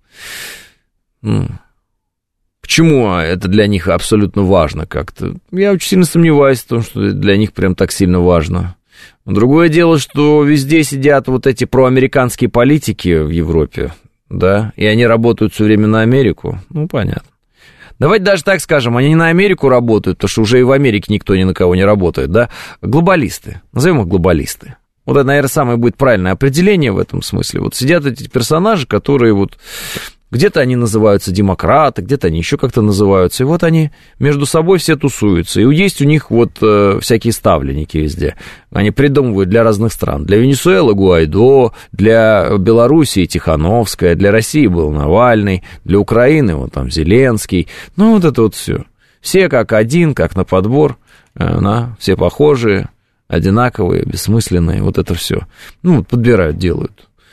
Почему это для них абсолютно важно как-то? Я очень сильно сомневаюсь в том, что это для них прям так сильно важно. Другое дело, что везде сидят вот эти проамериканские политики в Европе, да, и они работают все время на Америку, ну, понятно. Давайте даже так скажем, они не на Америку работают, потому что уже и в Америке никто ни на кого не работает, да, глобалисты, назовем их глобалисты. Вот это, наверное, самое будет правильное определение в этом смысле. Вот сидят эти персонажи, которые вот... Где-то они называются демократы, где-то они еще как-то называются. И вот они между собой все тусуются. И есть у них вот э, всякие ставленники везде. Они придумывают для разных стран. Для Венесуэлы Гуайдо, для Белоруссии Тихановская, для России был Навальный, для Украины вот там Зеленский. Ну, вот это вот все. Все как один, как на подбор. Э, на, все похожие, одинаковые, бессмысленные. Вот это все. Ну, вот подбирают, делают.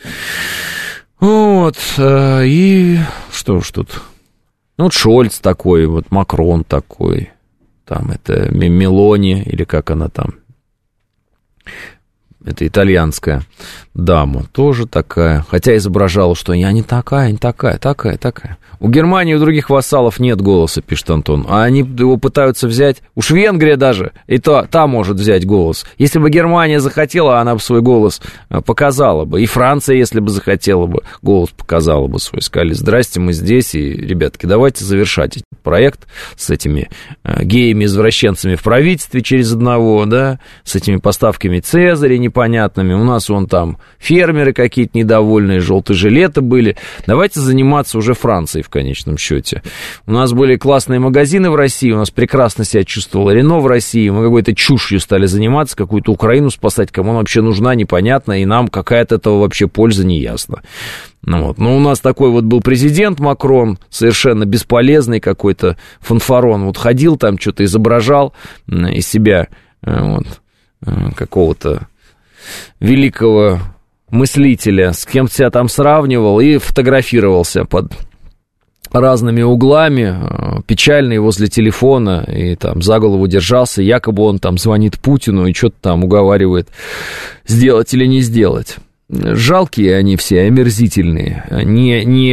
Вот, и что ж тут? Ну, вот Шольц такой, вот Макрон такой, там это Мелони, или как она там, это итальянская дама, тоже такая, хотя изображала, что я не такая, не такая, такая, такая. У Германии и у других вассалов нет голоса, пишет Антон, а они его пытаются взять, уж Венгрия даже, и то та может взять голос. Если бы Германия захотела, она бы свой голос показала бы, и Франция, если бы захотела бы, голос показала бы свой. Сказали, здрасте, мы здесь, и, ребятки, давайте завершать этот проект с этими геями-извращенцами в правительстве через одного, да, с этими поставками Цезаря непонятными, у нас вон там фермеры какие-то недовольные, желтые жилеты были, давайте заниматься уже Францией в конечном счете. У нас были классные магазины в России, у нас прекрасно себя чувствовало Рено в России, мы какой-то чушью стали заниматься, какую-то Украину спасать, кому она вообще нужна, непонятно, и нам какая-то этого вообще польза не ясна. Ну, вот. Но у нас такой вот был президент Макрон, совершенно бесполезный какой-то фанфарон, вот ходил там, что-то изображал из себя вот, какого-то великого мыслителя, с кем-то себя там сравнивал и фотографировался под разными углами, печальный возле телефона, и там за голову держался, якобы он там звонит Путину и что-то там уговаривает сделать или не сделать. Жалкие они все, омерзительные, не, не,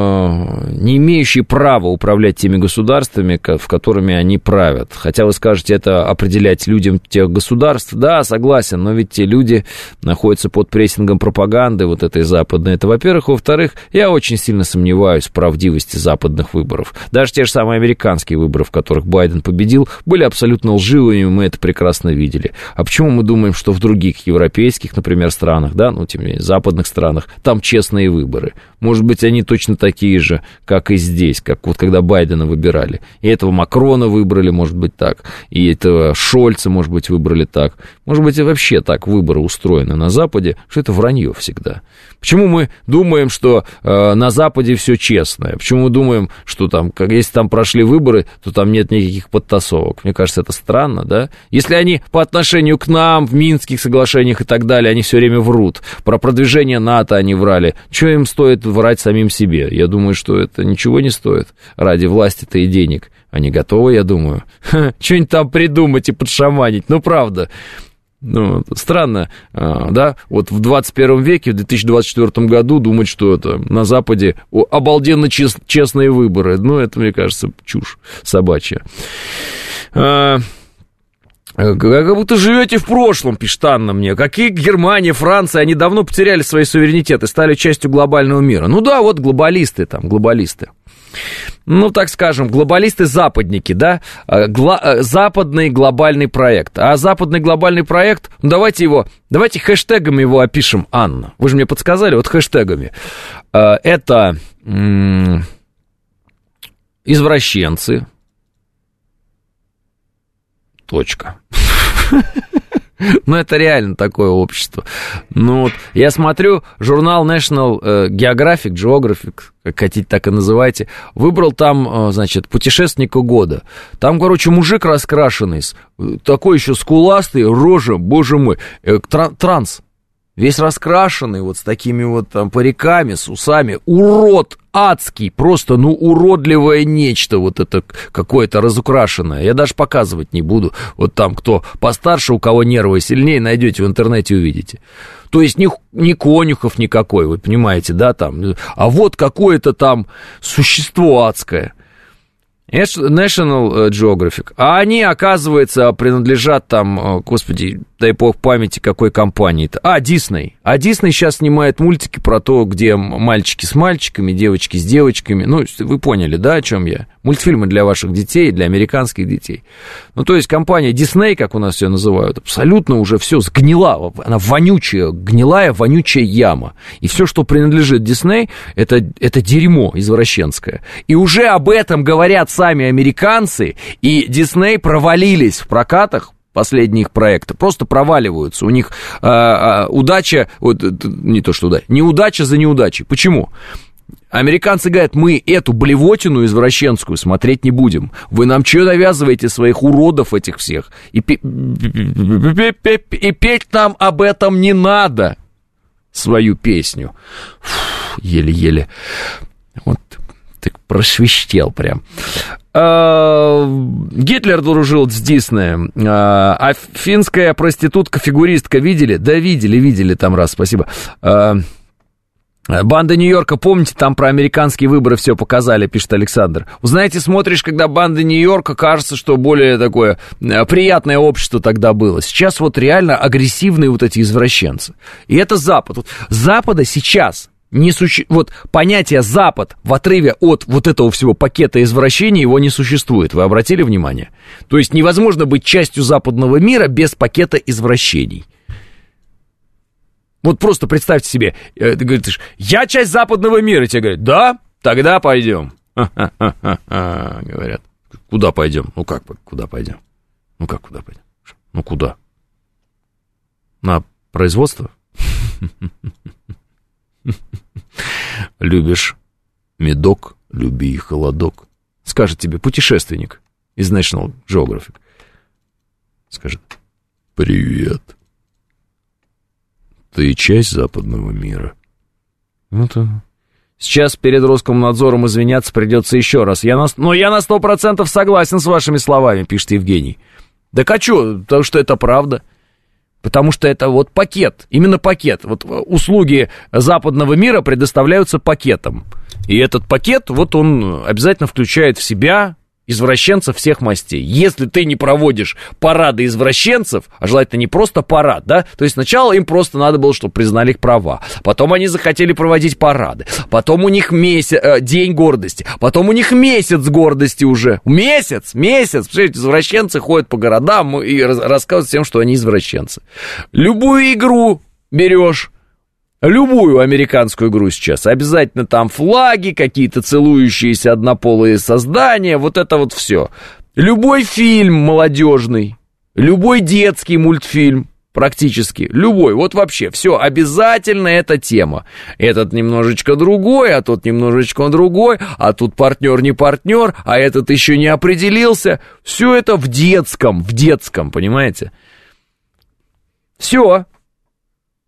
э, не имеющие права управлять теми государствами, в которыми они правят. Хотя вы скажете, это определять людям тех государств. Да, согласен, но ведь те люди находятся под прессингом пропаганды вот этой западной. Это, во-первых. Во-вторых, я очень сильно сомневаюсь в правдивости западных выборов. Даже те же самые американские выборы, в которых Байден победил, были абсолютно лживыми, мы это прекрасно видели. А почему мы думаем, что в других европейских, например, странах, да, ну, тем западных странах, там честные выборы. Может быть, они точно такие же, как и здесь, как вот когда Байдена выбирали. И этого Макрона выбрали, может быть, так. И этого Шольца, может быть, выбрали так. Может быть, и вообще так выборы устроены на Западе, что это вранье всегда. Почему мы думаем, что э, на Западе все честное? Почему мы думаем, что там, как, если там прошли выборы, то там нет никаких подтасовок? Мне кажется, это странно, да? Если они по отношению к нам в Минских соглашениях и так далее, они все время врут про продвижение НАТО они врали. Что им стоит врать самим себе? Я думаю, что это ничего не стоит ради власти-то и денег. Они готовы, я думаю, что-нибудь там придумать и подшаманить. Ну, правда. Ну, странно, да, вот в двадцать первом веке, в две тысячи двадцать четвёртом году думать, что это на Западе обалденно чест, честные выборы, ну, это, мне кажется, чушь собачья. А, как будто живете в прошлом, пишет Анна мне. Какие Германия, Франция, они давно потеряли свои суверенитеты, стали частью глобального мира. Ну да, вот глобалисты там, глобалисты. Ну, так скажем, глобалисты-западники, да, Гла- западный глобальный проект. А западный глобальный проект, ну, давайте его, давайте хэштегами его опишем, Анна. Вы же мне подсказали, вот хэштегами. Это м- извращенцы. Точка. Ну, это реально такое общество. Ну, вот, я смотрю, журнал National Geographic, Geographic, как хотите, так и называйте, выбрал там, значит, путешественника года. Там, короче, мужик раскрашенный, такой еще скуластый, рожа, боже мой, транс. Весь раскрашенный, вот с такими вот там париками, с усами. Урод адский, просто, ну, уродливое нечто, вот это какое-то разукрашенное. Я даже показывать не буду. Вот там, кто постарше, у кого нервы сильнее, найдете в интернете, увидите. То есть не, не Конюхов никакой, вы понимаете, да, там. А вот какое-то там существо адское. National Geographic. А они, оказывается, принадлежат там, господи, дай бог памяти, какой компании-то. А, Disney. А Disney сейчас снимает мультики про то, где мальчики с мальчиками, девочки с девочками. Ну, вы поняли, да, о чем я? Мультфильмы для ваших детей, для американских детей. Ну, то есть компания Disney, как у нас ее называют, абсолютно уже все сгнила. Она вонючая, гнилая, вонючая яма. И все, что принадлежит Disney, это, это дерьмо извращенское. И уже об этом говорят сами американцы, и Disney провалились в прокатах. Последние их проекты просто проваливаются. У них э, э, удача, вот, не то что удача, неудача за неудачей. Почему? Американцы говорят, мы эту блевотину извращенскую смотреть не будем. Вы нам что навязываете своих уродов этих всех? И, пе- и петь нам об этом не надо. Свою песню. Фу, еле-еле. Вот так просвистел прям. Гитлер дружил с Диснеем. А финская проститутка-фигуристка видели? Да, видели, видели там раз, спасибо. Банда Нью-Йорка, помните, там про американские выборы все показали, пишет Александр. Знаете, смотришь, когда банда Нью-Йорка, кажется, что более такое приятное общество тогда было. Сейчас вот реально агрессивные вот эти извращенцы. И это Запад. Вот Запада сейчас не суще... Вот понятие «Запад» в отрыве от вот этого всего пакета извращений его не существует. Вы обратили внимание? То есть невозможно быть частью западного мира без пакета извращений. Вот просто представьте себе, ты говоришь, я часть западного мира, тебе говорят, да, тогда пойдем. Говорят, куда пойдем? Ну как, куда пойдем? Ну как, куда пойдем? Ну куда? На производство? Любишь медок, люби и холодок. Скажет тебе путешественник из National Geographic. Скажет, привет. Ты часть западного мира. Ну-то. Сейчас перед Роскомнадзором извиняться придется еще раз. Я на... Но я на сто процентов согласен с вашими словами, пишет Евгений. Да а что? Потому что это правда. Потому что это вот пакет, именно пакет. Вот услуги западного мира предоставляются пакетом. И этот пакет, вот он обязательно включает в себя извращенцев всех мастей. Если ты не проводишь парады извращенцев, а желательно не просто парад, да, то есть сначала им просто надо было, чтобы признали их права, потом они захотели проводить парады, потом у них месяц, э, день гордости, потом у них месяц гордости уже, месяц, месяц, представляете, извращенцы ходят по городам и раз, рассказывают всем, что они извращенцы. Любую игру берешь, любую американскую игру сейчас, обязательно там флаги, какие-то целующиеся однополые создания, вот это вот все. Любой фильм молодежный, любой детский мультфильм, практически, любой, вот вообще, все, обязательно эта тема. Этот немножечко другой, а тот немножечко другой, а тут партнер не партнер, а этот еще не определился. Все это в детском, в детском, понимаете? Все.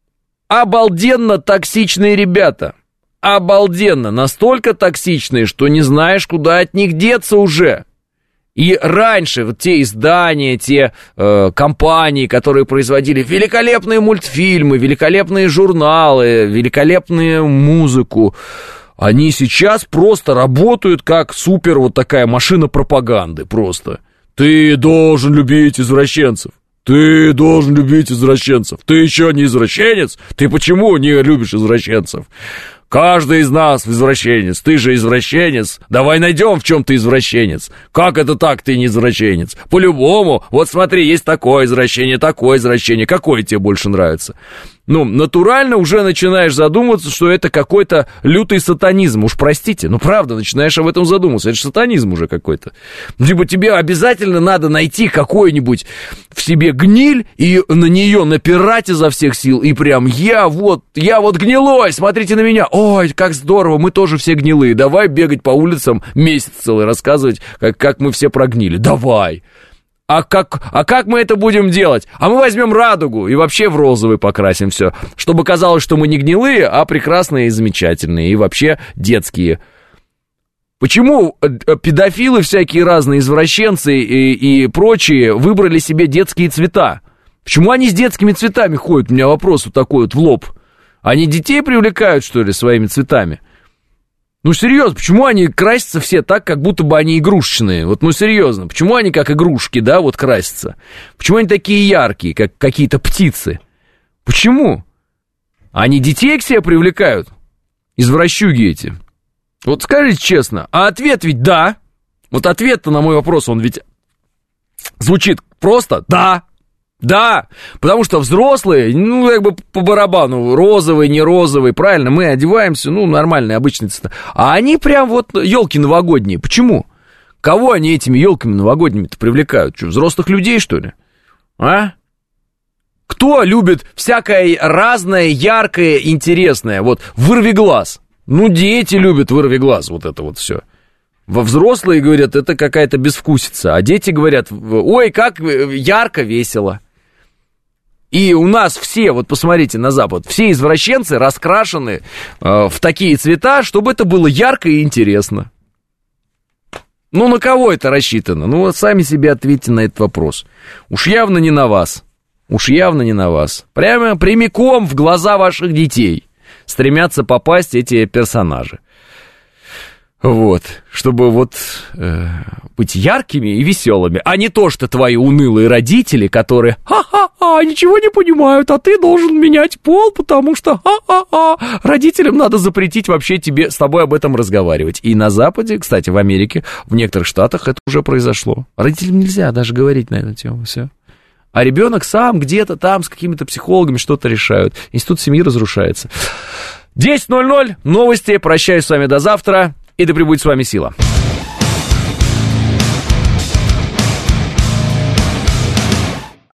обалденно токсичные ребята. Обалденно. Настолько токсичные, что не знаешь, куда от них деться уже. И раньше вот те издания, те э, компании, которые производили великолепные мультфильмы, великолепные журналы, великолепную музыку, они сейчас просто работают как супер вот такая машина пропаганды просто. Ты должен любить извращенцев. Ты должен любить извращенцев. Ты еще не извращенец? Ты почему не любишь извращенцев? Каждый из нас извращенец. Ты же извращенец. Давай найдем, в чем ты извращенец. Как это так, ты не извращенец? По-любому. Вот смотри, есть такое извращение, такое извращение. Какое тебе больше нравится? Ну, натурально уже начинаешь задумываться, что это какой-то лютый сатанизм. Уж простите, ну правда, начинаешь об этом задумываться. Это же сатанизм уже какой-то. Либо тебе обязательно надо найти какой-нибудь в себе гниль и на нее напирать изо всех сил. И прям я вот, я вот гнилой, смотрите на меня. Ой, как здорово, мы тоже все гнилые. Давай бегать по улицам месяц целый, рассказывать, как, как мы все прогнили. Давай. А как, а как мы это будем делать? А мы возьмем радугу и вообще в розовый покрасим все, чтобы казалось, что мы не гнилые, а прекрасные и замечательные, и вообще детские. Почему педофилы всякие разные, извращенцы и, и прочие выбрали себе детские цвета? Почему они с детскими цветами ходят? У меня вопрос вот такой вот в лоб. Они детей привлекают, что ли, своими цветами? Ну, серьезно, почему они красятся все так, как будто бы они игрушечные? Вот, ну, серьезно, почему они как игрушки, да, вот красятся? Почему они такие яркие, как какие-то птицы? Почему? Они детей к себе привлекают? Извращуги эти. Вот скажите честно, а ответ ведь да. Вот ответ-то на мой вопрос, он ведь звучит просто «да». Да, потому что взрослые, ну, как бы по барабану, розовый, не розовый, правильно, мы одеваемся, ну, нормальные, обычные цвета. А они прям вот елки новогодние. Почему? Кого они этими елками новогодними-то привлекают? Что, взрослых людей, что ли? А? Кто любит всякое разное, яркое, интересное? Вот, вырви глаз. Ну, дети любят вырви глаз, вот это вот все. Во взрослые говорят, это какая-то безвкусица. А дети говорят, ой, как ярко, весело. И у нас все, вот посмотрите на Запад, все извращенцы раскрашены э, в такие цвета, чтобы это было ярко и интересно. Ну, на кого это рассчитано? Ну, вот сами себе ответьте на этот вопрос. Уж явно не на вас. Уж явно не на вас. Прямо прямиком в глаза ваших детей стремятся попасть эти персонажи. Вот, чтобы вот э, быть яркими и веселыми, а не то, что твои унылые родители, которые ха-ха-ха, ничего не понимают, а ты должен менять пол, потому что ха-ха-ха, родителям надо запретить вообще тебе с тобой об этом разговаривать. И на Западе, кстати, в Америке, в некоторых штатах это уже произошло. Родителям нельзя даже говорить на эту тему, все. А ребенок сам где-то там с какими-то психологами что-то решают. Институт семьи разрушается. десять ноль ноль, новости, прощаюсь с вами до завтра. И да пребудет с вами сила.